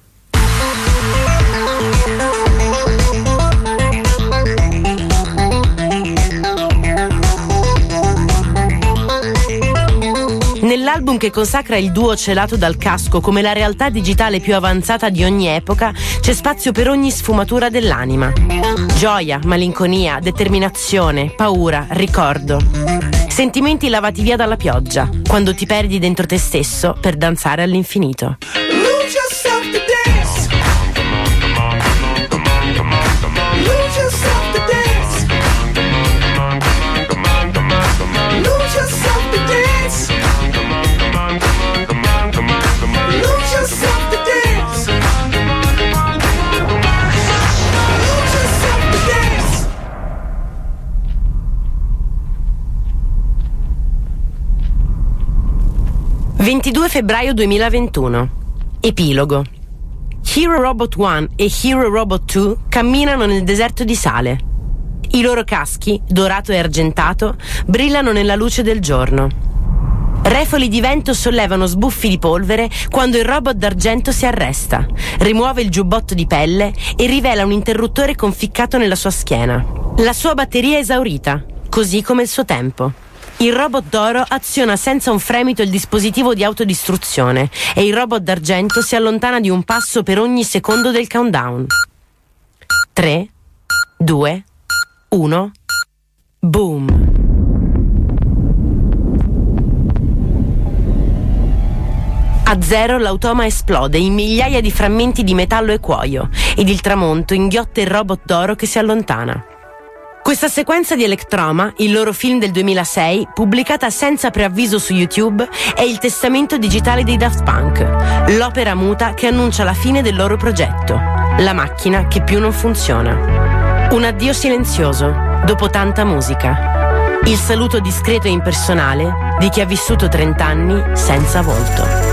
Nell'album che consacra il duo celato dal casco come la realtà digitale più avanzata di ogni epoca, c'è spazio per ogni sfumatura dell'anima. Gioia, malinconia, determinazione, paura, ricordo. Sentimenti lavati via dalla pioggia, quando ti perdi dentro te stesso per danzare all'infinito.
Lose yourself to dance. Lose yourself to dance. Lose yourself to dance. Lose yourself to dance. Lose yourself to dance.
22 febbraio 2021. Epilogo. Hero Robot 1 e Hero Robot 2 camminano nel deserto di sale. I loro caschi, dorato e argentato, brillano nella luce del giorno. Refoli di vento sollevano sbuffi di polvere quando il robot d'argento si arresta, rimuove il giubbotto di pelle e rivela un interruttore conficcato nella sua schiena. La sua batteria è esaurita, così come il suo tempo. Il robot d'oro aziona senza un fremito il dispositivo di autodistruzione e il robot d'argento si allontana di un passo per ogni secondo del countdown. 3, 2, 1, boom! A zero l'automa esplode in migliaia di frammenti di metallo e cuoio ed il tramonto inghiotte il robot d'oro che si allontana. Questa sequenza di Electroma, il loro film del 2006, pubblicata senza preavviso su YouTube, è il testamento digitale dei Daft Punk, l'opera muta che annuncia la fine del loro progetto, la macchina che più non funziona. Un addio silenzioso, dopo tanta musica. Il saluto discreto e impersonale di chi ha vissuto 30 anni senza volto.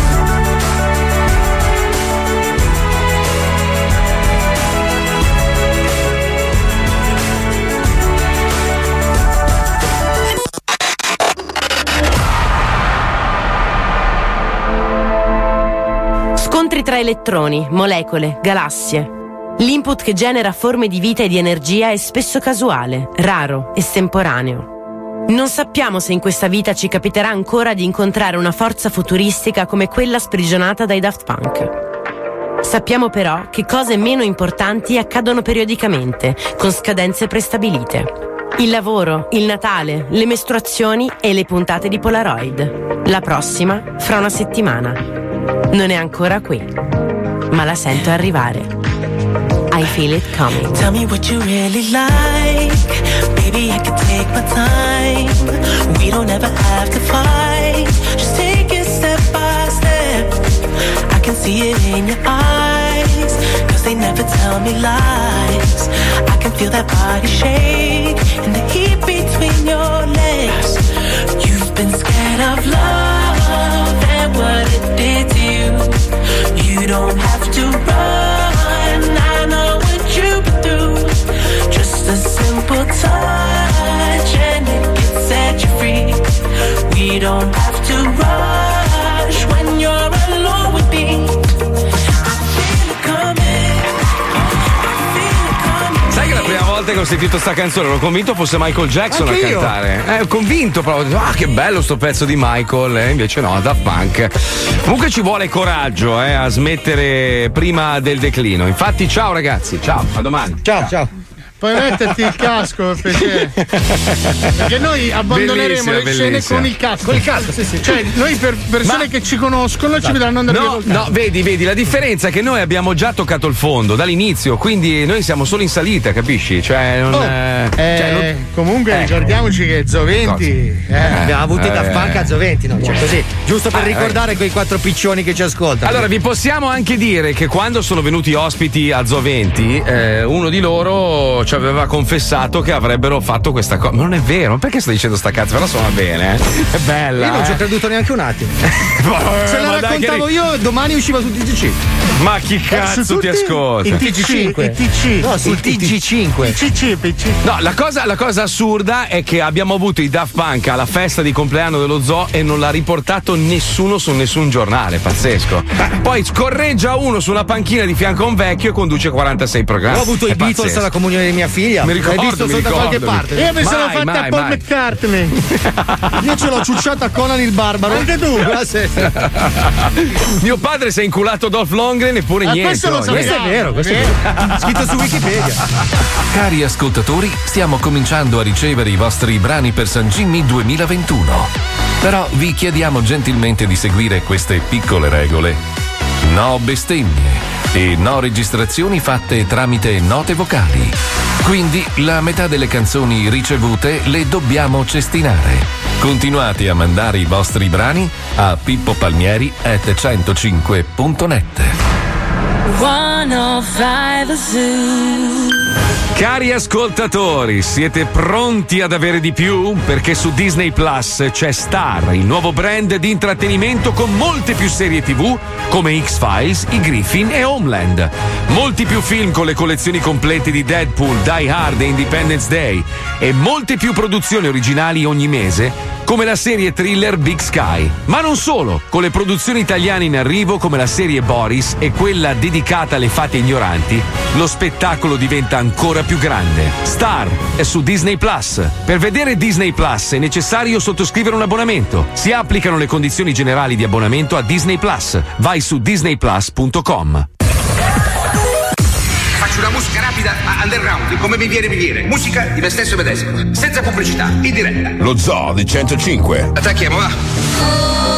Scontri tra elettroni, molecole, galassie. L'input che genera forme di vita e di energia è spesso casuale, raro, estemporaneo. Non sappiamo se in questa vita ci capiterà ancora di incontrare una forza futuristica come quella sprigionata dai Daft Punk. Sappiamo però che cose meno importanti accadono periodicamente, con scadenze prestabilite. Il lavoro, il Natale, le mestruazioni e le puntate di Polaroid. La prossima fra una settimana. Non è ancora qui, ma la sento arrivare. I feel it coming.
Tell me what you really like. Baby, I can take my time. We don't ever have to fight. Just take it step by step. I can see it in your eyes, 'cause they never tell me lies. I can feel that body shake and the heat between your legs. You've been scared of love and You don't have to run, I know what you've been through. Just a simple touch and it can set you free. We don't have to rush when you're alone with me.
Sai che la prima volta che ho sentito sta canzone ero convinto fosse Michael Jackson
Anche
a
io.
cantare. Convinto proprio. Ah, che bello sto pezzo di Michael. Invece no, Daft Punk. Comunque ci vuole coraggio a smettere prima del declino. Infatti, ciao ragazzi, ciao, a domani.
Ciao.
Puoi metterti il casco per piacere. Perché noi abbandoneremo le scene
bellissima.
con il casco.
Con il casco, sì.
Cioè, noi per persone che ci conoscono ci vedranno andare via col casco.
No, vedi, la differenza è che noi abbiamo già toccato il fondo dall'inizio, quindi noi siamo solo in salita, capisci? Cioè, non,
comunque ricordiamoci che Zoventi
abbiamo avuto i Daft Punk a Zoventi, no? Cioè, così, giusto per ricordare quei 4 piccioni che ci ascoltano.
Allora, vi possiamo anche dire che quando sono venuti ospiti a Zoventi, uno di loro ci aveva confessato che avrebbero fatto questa cosa. Ma non è vero, ma perché sto dicendo sta cazzo? Però suona bene, È bella.
Io non ci ho creduto neanche un attimo. Se la
ma dai,
raccontavo io, domani usciva su TG5.
Ma chi cazzo ti ascolta?
Il TG5. No, sul TG5.
No, la cosa assurda è che abbiamo avuto i Daft Punk alla festa di compleanno dello zoo e non l'ha riportato nessuno su nessun giornale, pazzesco. Poi scorreggia uno su una panchina di fianco a un vecchio e conduce 46 programmi.
Ho avuto i Beatles alla comunione di mia figlia.
Mi ricordo,
L'hai visto
mi
solo da
ricordo.
qualche parte?
Io mi sono
Mai,
fatta
mai,
a Paul
mai.
McCartney.
Io ce l'ho ciucciata a Conan il Barbaro.
Anche tu?
Mio padre si è inculato Dolph Lundgren e pure niente.
Questo lo
niente.
sappiamo.
Questo è vero. Scritto su Wikipedia.
Cari ascoltatori, stiamo cominciando a ricevere i vostri brani per San Jimmy 2021. Però vi chiediamo gentilmente di seguire queste piccole regole. No bestemmie e no registrazioni fatte tramite note vocali. Quindi la metà delle canzoni ricevute le dobbiamo cestinare. Continuate a mandare i vostri brani a pippopalmieri@105.net.
105 Zoo.
Cari ascoltatori, siete pronti ad avere di più? Perché su Disney Plus c'è Star, il nuovo brand di intrattenimento con molte più serie TV come X-Files, I Griffin e Homeland. Molti più film con le collezioni complete di Deadpool, Die Hard e Independence Day e molte più produzioni originali ogni mese come la serie thriller Big Sky. Ma non solo, con le produzioni italiane in arrivo come la serie Boris e quella dedicata alle fate ignoranti, lo spettacolo diventa ancora più grande. Star è su Disney Plus. Per vedere Disney Plus è necessario sottoscrivere un abbonamento. Si applicano le condizioni generali di abbonamento a Disney Plus. Vai su disneyplus.com.
Faccio una musica rapida ma underground, come mi viene. Musica di me stesso medesimo, senza pubblicità, in diretta.
Lo Zoo di 105.
Attacchiamo, va.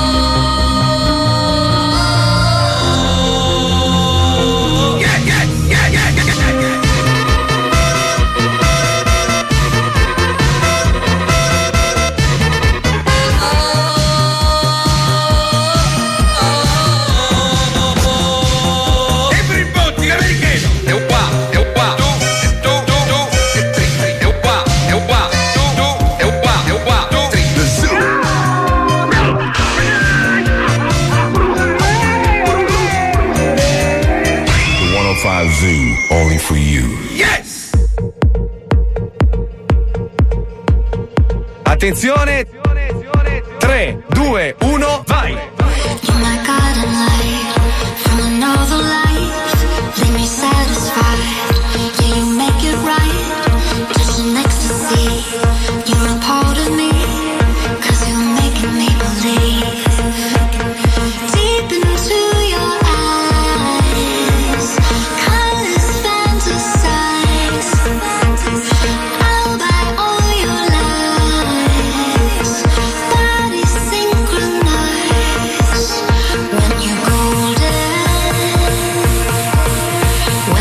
Zoo, only for you.
Yes!
Attenzione! 3, 2, 1, vai!
You're my guiding light from another life. Leave me satisfied. Yeah, you make it right. Just an ecstasy. You're a part of me. 'Cause you're making me believe. Deep into your eyes. Colors fantasize. I'll buy all your lies. Body synchronized. When you're golden.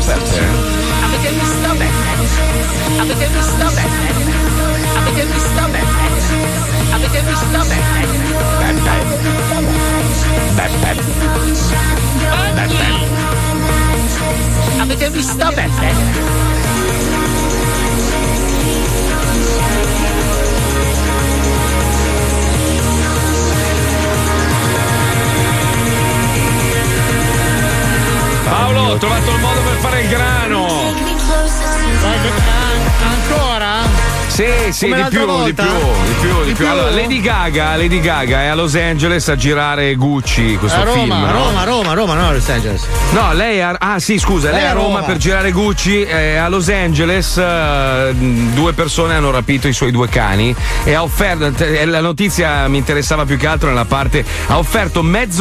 aperte?
Avete visto bene? Avete visto bene? Avete visto bene? Avete visto bene? Avete visto bene?
Paolo, ho trovato il modo per fare il grano.
Ancora?
Sì, di più. Allora, Lady Gaga è a Los Angeles a girare Gucci, questo film.
Roma, no, Los Angeles.
No, lei è lei è a Roma per girare Gucci, a Los Angeles due persone hanno rapito i suoi due cani e ha offerto, la notizia mi interessava più che altro nella parte, ha offerto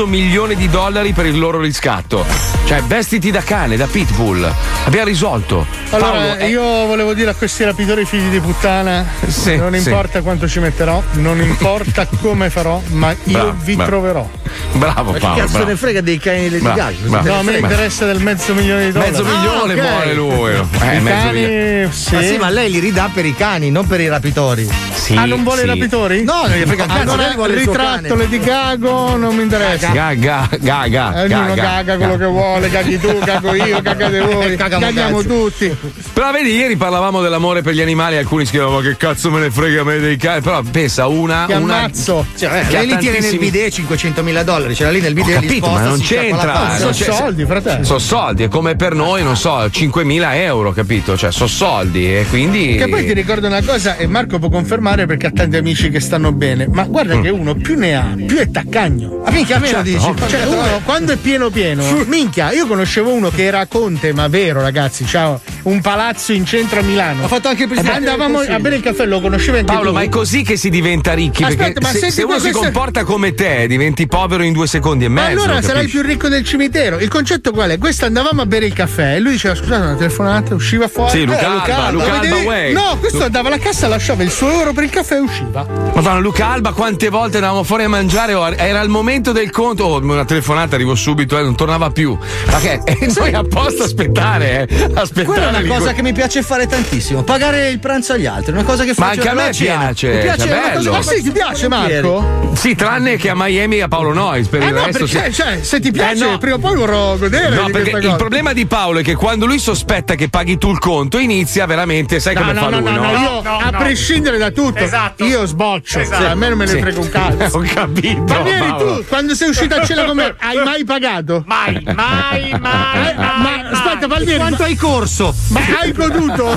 $500,000 per il loro riscatto. Cioè, vestiti da cane, da pitbull. Abbiamo risolto.
Allora,
Paolo,
io volevo dire a questi rapitori figli di puttana, non importa quanto ci metterò, non importa come farò, ma io vi troverò.
Bravo
ma
Paolo.
Che cazzo ne frega dei cani di Gaga?
No, me ne interessa del $500,000.
$500,000 vuole lui.
I cani, sì.
Ma sì, ma lei li ridà per i cani, non per i rapitori.
Sì,
non vuole i rapitori?
No, non gli frega un cazzo.
Allora,
lei vuole il
ritratto Lady Gaga, non mi interessa.
Gaga.
Ognuno gaga quello che vuole, caghi tu, cago io, cagate voi, caghiamo tutti.
Però vedi, ieri parlavamo dell'amore per gli animali, alcuni scrivevano ma che cazzo me ne frega a me dei cani. Però pensa,
Ti ammazzo.
Lei li tiene nel bidet $500,000, c'era lì nel bidet.
Ho capito, ma non c'entra.
Sono soldi, fratello.
Sono soldi, è come per noi, non so, €5.000, capito? Cioè, sono soldi e quindi.
Che poi ti ricordo una cosa, e Marco può confermare perché ha tanti amici che stanno bene, ma guarda che uno più ne ha, più è taccagno.
Ma minchia, a me lo dici.
Cioè, uno quando è pieno, minchia, io conoscevo uno che era conte, ma vero, ragazzi, ciao, un palazzo in centro a Milano.
Ho fatto anche il presidente.
Andavamo a bere il caffè, lo conoscevi anche
Paolo,
tu.
ma è così che si diventa ricchi?
Aspetta,
perché se uno si comporta come te, diventi povero in 2 secondi e mezzo.
Ma allora
capisci?
sarai più ricco del cimitero. Il concetto qual è? Questo andavamo a bere il caffè e lui diceva scusate una telefonata, usciva fuori.
Sì, Luca Alba way.
No, questo andava alla cassa, lasciava il suo euro per il caffè e usciva.
Madonna, Luca Alba, quante volte andavamo fuori a mangiare? Era il momento del conto. Una telefonata, arrivo subito, non tornava più. Ma che? Noi apposta aspettare.
Quella è una cosa che mi piace fare tantissimo. Pagare il pranzo agli altri, una cosa che
ma
faccio.
anche a me piace.
Mi piace,
è bello.
Ma sì, ti piace, Marco?
Sì, tranne che a Miami e a Paolo Noyes. Per il
no,
resto
perché,
sì.
cioè, se ti piace,
no.
prima o poi vorrò godere.
No,
di
perché
questa
il
cosa.
problema di Paolo è che quando lui sospetta che paghi tu il conto, inizia veramente, sai come fa lui, no?
Io, a prescindere da tutto, io sboccio.
Esatto.
Cioè, a me non me ne frega un cazzo.
Ho capito.
Palmieri,
Paolo.
tu quando sei uscito a cena con me, hai mai pagato?
Mai.
Ma aspetta, Palmieri,
quanto hai corso?
Ma hai goduto?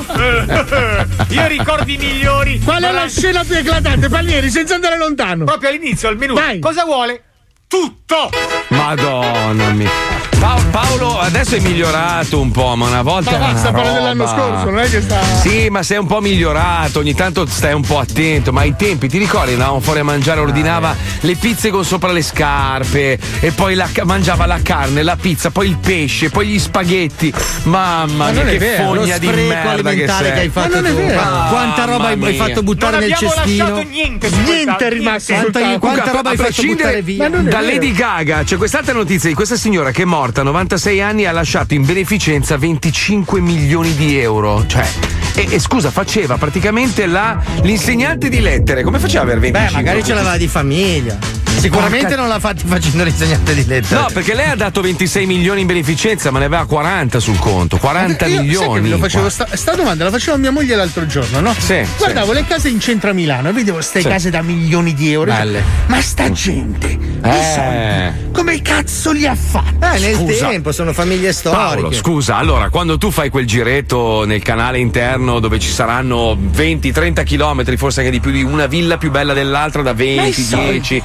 Io ricordo i migliori.
Qual è la scena più eclatante, Palmieri, senza andare lontano?
Proprio all'inizio, al menù.
Vai.
Cosa vuole? Tutto!
Madonna mia. Paolo adesso è migliorato un po', ma una volta.
Ma basta
era
parlare
una
dell'anno
roba.
scorso, non è che sta.
Sì, ma sei un po' migliorato, ogni tanto stai un po' attento, ma ai tempi, ti ricordi? Andavamo fuori a mangiare, ordinava le pizze con sopra le scarpe, e poi mangiava la carne, la pizza, poi il pesce, poi gli spaghetti. Mamma mia, che fogna di merda
alimentare che hai fatto tu. Quanta roba hai fatto buttare nel cestino?
Non niente
è rimasto.
Quanta roba hai fatto buttare via?
Da Lady Gaga c'è quest'altra notizia di questa signora che è morta a 96 anni e ha lasciato in beneficenza €25 milioni. Cioè, e scusa, faceva praticamente l'insegnante di lettere. Come faceva ad aver 25?
Magari ce l'aveva di famiglia. Sicuramente non l'ha fatti facendo l'insegnante di lettere.
No, perché lei ha dato 26 milioni in beneficenza, ma ne aveva 40 sul conto. 40 milioni.
Sai che lo facevo sta domanda la facevo a mia moglie l'altro giorno, no?
Sì.
Guardavo le case in centro a Milano e vedevo ste case da milioni di euro.
Belle.
Ma sta gente, i soldi, come cazzo li ha fatti?
Nel tempo sono famiglie storiche.
Paolo, scusa, allora quando tu fai quel giretto nel canale interno dove ci saranno 20-30 chilometri, forse anche di più, di una villa più bella dell'altra da 20, 10.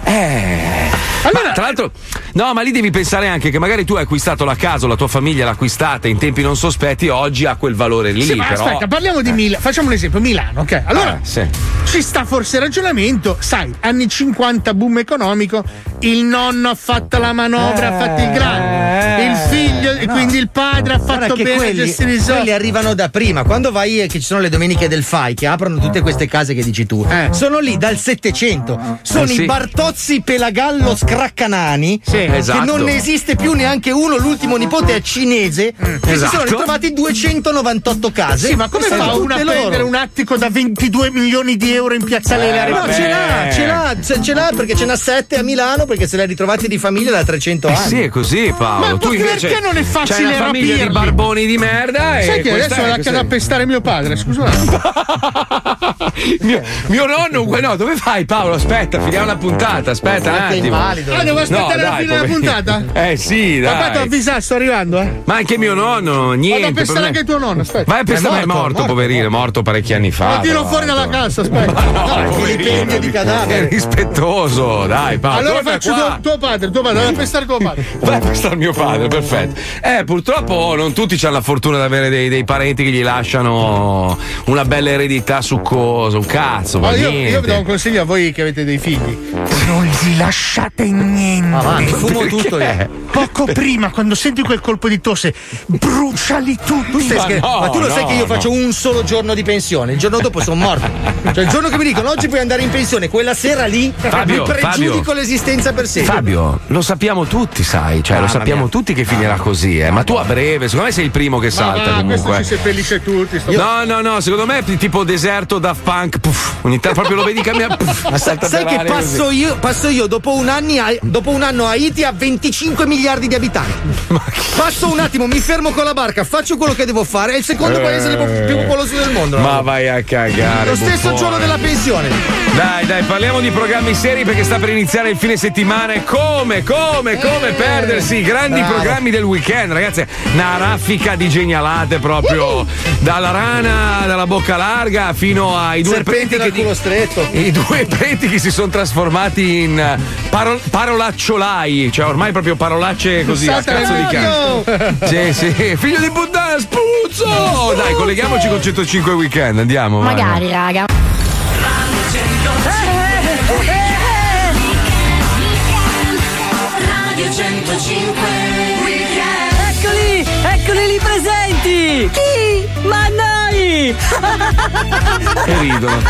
Allora, ma, tra l'altro, no, ma lì devi pensare anche che magari tu hai acquistato la casa, o la tua famiglia l'ha acquistata in tempi non sospetti, oggi ha quel valore lì.
Sì, ma
però...
aspetta, parliamo di Milano. Facciamo un esempio, Milano, ok? Allora, ci sta forse il ragionamento, sai, anni 50, boom economico. il nonno ha fatto la manovra, ha fatto il grande, il figlio e quindi il padre ha fatto
che
bene a gestire i soldi.
quelli arrivano da prima. Quando vai che ci sono le domeniche del FAI che aprono tutte queste case che dici tu, sono lì dal 700. Sono
sì.
i Bartozzi Pelagallo Scraccanani,
esatto.
che non ne esiste più neanche uno. L'ultimo nipote è cinese, che si
Esatto.
sono ritrovati 298 case.
Sì, ma come fa uno a prendere un attico da 22 milioni di euro in Piazza Lele?
No, ce l'ha perché ce n'ha 7 a Milano, perché se li ha ritrovati di famiglia da 300 anni.
Sì, è così, Paolo.
Ma
Tu invece
perché non è facile
c'hai una famiglia
rapirli?
di barboni di merda.
Sai
e
che
questa
adesso
è-
la
questa
ad
è-
appestare mio padre, scusa.
mio nonno, no, dove vai, Paolo? Aspetta, finiamo la puntata. Aspetta un attimo.
Devo aspettare la fine della puntata?
Sì, dai.
Papà, ti ho avvisato, sto arrivando,
Ma anche mio nonno, niente.
Vado a pestare
per me-
anche tuo nonno, aspetta.
Vai a pestare, è morto, poverino, è morto parecchi anni fa.
Lo tiro
tra
fuori
l'altro.
dalla cassa, aspetta.
Poverino,
di cadavere.
È rispettoso, dai, Paolo.
Allora
torna
faccio
qua.
tuo padre, vado a pestare tuo padre.
Vai a pestare mio padre, perfetto. Purtroppo non tutti hanno la fortuna di avere dei parenti che gli lasciano una bella eredità succosa, un cazzo, ma
Io
niente.
vi do un consiglio a voi che avete dei figli. Non gli lasciate niente.
Avanti, fumo tutto io.
Poco prima, quando senti quel colpo di tosse, bruciali tutti.
Ma tu lo sai che io faccio un solo giorno di pensione, il giorno dopo sono morto. Cioè il giorno che mi dicono oggi puoi andare in pensione, quella sera lì
Fabio,
mi pregiudico l'esistenza per sempre.
Fabio, lo sappiamo tutti, sai, cioè lo sappiamo tutti che finirà così, ma tu a breve, secondo me sei il primo che salta
Questo
comunque.
ci seppellisce tutti.
No, secondo me è tipo deserto da Punk, puff, ogni tanto proprio lo vedi cambiare.
Ma sai che passo io dopo un anno a Haiti a 25 miliardi di abitanti. Passo un attimo, mi fermo con la barca, faccio quello che devo fare, è il secondo paese più popoloso del mondo.
Ma vai a cagare.
Lo stesso
buffone.
giorno della pensione.
Dai, parliamo di programmi seri perché sta per iniziare il fine settimana e come perdersi i grandi programmi del weekend, ragazzi. Una raffica di genialate proprio dalla rana, dalla bocca larga fino ai due
Serpenti dal culo stretto.
I due preti che si sono trasformati in parolacciolai, cioè ormai proprio parolacce così a cazzo di cane. Sì, figlio di puttana, spuzzo! Dai, colleghiamoci con 105 Weekend, andiamo. vai.
Magari, raga.
Radio 105
Eccoli lì presenti! Chi? Ma noi!
E ridono.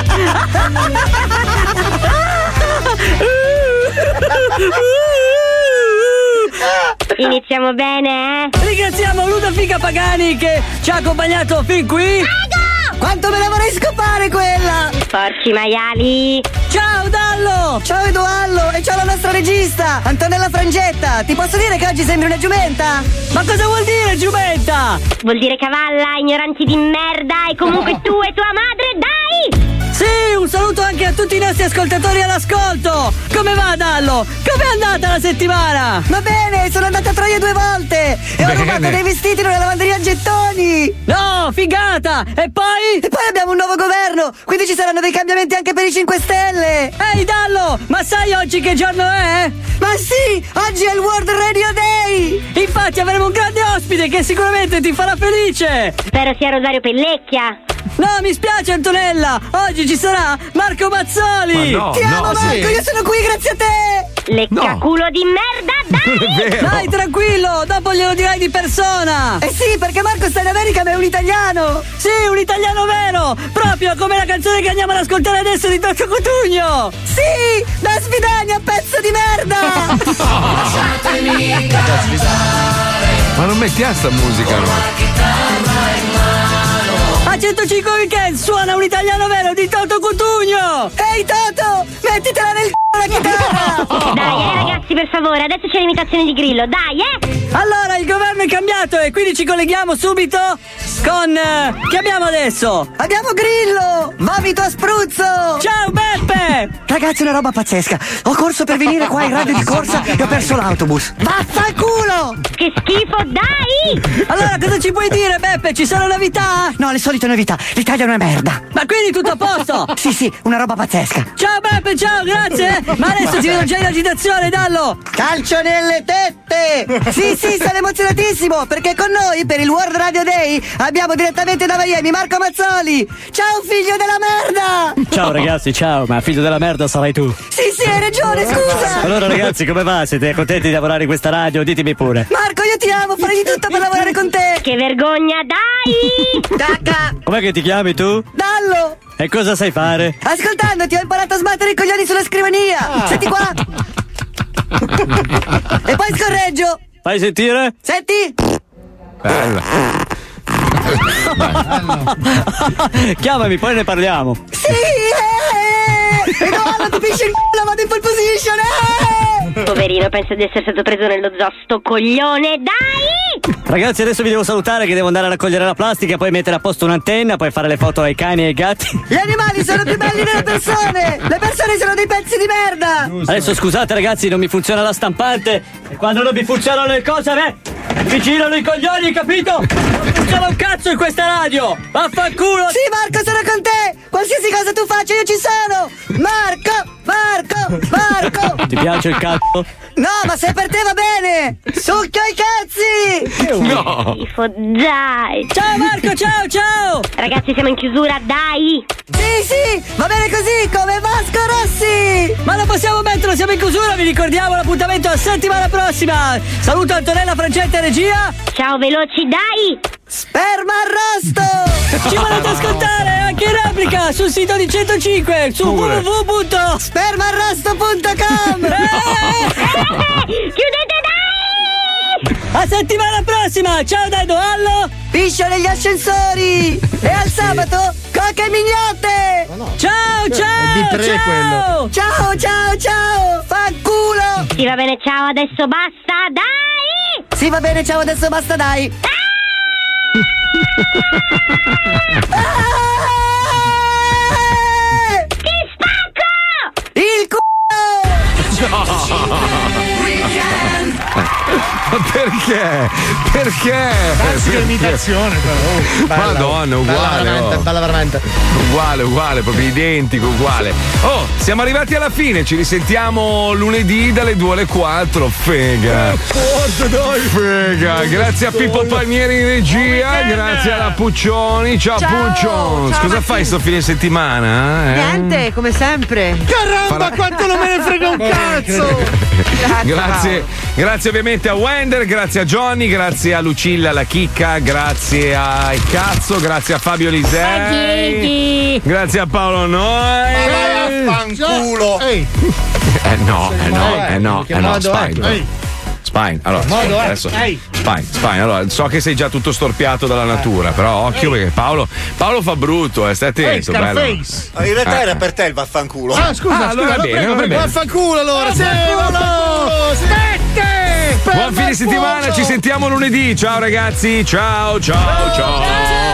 Iniziamo bene, eh?
Ringraziamo Ludovica Pagani che ci ha accompagnato fin qui. Quanto me la vorrei scopare quella!
Porci maiali!
Ciao Dallo!
Ciao Edoallo e ciao la nostra regista, Antonella Frangetta. Ti posso dire che oggi sembri una giumenta?
Ma cosa vuol dire giumenta?
Vuol dire cavalla, ignoranti di merda, e comunque tu e tua madre, dai!
Sì, un saluto anche a tutti i nostri ascoltatori all'ascolto! Come va Dallo? Com'è andata la settimana?
Va bene, sono andata a Troia 2 volte e ho rubato dei vestiti in una lavanderia a gettoni.
No, figata! E poi?
E poi abbiamo un nuovo governo, quindi ci saranno dei cambiamenti anche per i 5 Stelle.
Ehi Dallo, ma sai oggi che giorno è?
Ma sì, oggi è il World Radio Day!
Infatti avremo un grande ospite che sicuramente ti farà felice!
Spero sia Rosario Pellecchia!
No, mi spiace Antonella! Oggi ci sarà Marco Mazzoli!
Ma no,
Ti amo Marco,
sì.
io sono qui grazie a te!
Leccaculo di merda, dai!
Dai, tranquillo, dopo glielo dirai di persona!
Eh sì, perché Marco sta in America ma è un italiano!
Sì, un italiano vero! Proprio come la canzone che andiamo ad ascoltare adesso di Toto Cutugno!
Sì, da Svidania, pezzo di merda!
Lasciatemi cantare.
Ma non mettiamo sta musica, no?
A 105 Weekend suona un italiano vero di Toto Cutugno!
Ehi Toto, mettitela nel c***o la chitarra!
Dai, ragazzi, per favore, adesso c'è l'imitazione di Grillo, dai,
Allora, il governo è cambiato e quindi ci colleghiamo subito con... che abbiamo adesso?
Abbiamo Grillo! Vomito a spruzzo!
Ciao Beppe!
Ragazzi, una roba pazzesca! Ho corso per venire qua in radio di corsa e ho perso l'autobus! Vaffanculo!
Che schifo, dai!
Allora, cosa ci puoi dire, Beppe? Ci sono novità?
No, le solite novità. L'Italia è una merda.
Ma quindi tutto a posto?
Sì, una roba pazzesca.
Ciao Beppe, ciao, grazie! Ma adesso ti vedo già in agitazione, Dallo!
Calcio nelle tette! Sì, sono emozionatissimo! bellissimo, perché con noi per il World Radio Day abbiamo direttamente da Miami Marco Mazzoli. Ciao figlio della merda!
Ciao ragazzi, ciao, ma figlio della merda sarai tu.
Sì, hai ragione, scusa!
Allora ragazzi, come va? Siete contenti di lavorare in questa radio? Ditemi pure.
Marco, io ti amo, farei di tutto per lavorare con te!
Che vergogna, dai!
Cacca!
Com'è che ti chiami tu?
Dallo!
E cosa sai fare?
Ascoltandoti ho imparato a sbattere i coglioni sulla scrivania! Senti qua! E poi scorreggio!
Fai sentire?
Senti!
Bella.
Chiamami, poi ne parliamo.
Sì! E no, ti pisce il c***o, vado in pole position!
Poverino, pensa di essere stato preso nello zoo, sto coglione, dai!
Ragazzi, adesso vi devo salutare che devo andare a raccogliere la plastica, poi mettere a posto un'antenna, poi fare le foto ai cani e ai gatti.
Gli animali sono più belli delle persone! Le persone sono dei pezzi di merda!
Adesso scusate ragazzi, non mi funziona la stampante e quando non mi funzionano le cose a me mi girano i coglioni, capito? Non funziona un cazzo in questa radio! Vaffanculo!
Sì, Marco, sono con te! Qualsiasi cosa tu faccia io ci sono! Marco!
Ti piace il cazzo?
No, ma se per te va bene! Succhio i cazzi!
No! Schifo, dai!
Ciao Marco, ciao!
Ragazzi, siamo in chiusura, dai!
Sì, va bene così, come Vasco Rossi!
Ma non possiamo metterlo, siamo in chiusura, vi ricordiamo l'appuntamento a settimana prossima! Saluto Antonella Frangetta regia!
Ciao veloci, dai!
Sperma arrosto!
Ci volete ascoltare anche in replica sul sito di 105 su
www.spermaarrosto.com.
Chiudete, dai!
A settimana prossima! Ciao dai Doallo!
Piscio negli ascensori! E al sabato coca e mignotte!
Ciao!
È di 3 quello!
Ciao! Fanculo!
Sì, va bene, ciao, adesso basta, dai!
Sì, va bene, ciao, adesso basta, dai!
Ti spacco!
Il
Ma perché?
Classica imitazione però.
Madonna, uguale.
Bella veramente.
Uguale, proprio identico, uguale. Oh, siamo arrivati alla fine, ci risentiamo lunedì dalle 2 alle 4. Fega. Grazie a Pippo Palmieri in regia, grazie alla Puccioni. Ciao Puccioni. Cosa fai sto fine settimana?
Niente, come sempre.
Caramba, quanto non me ne frega un cazzo!
Grazie ovviamente a Wender, grazie a Johnny, grazie a Lucilla la Chicca, grazie a Cazzo, grazie a Fabio Lisei, grazie a Paolo Noi.
Fanculo!
No, Spine, allora, adesso Spine, allora so che sei già tutto storpiato dalla natura, però occhio perché Paolo fa brutto, stai attento, bello.
In realtà era per te il vaffanculo.
Scusa,
allora va bene.
Vaffanculo allora!
Buon fine settimana, ci sentiamo lunedì. Ciao ragazzi, ciao.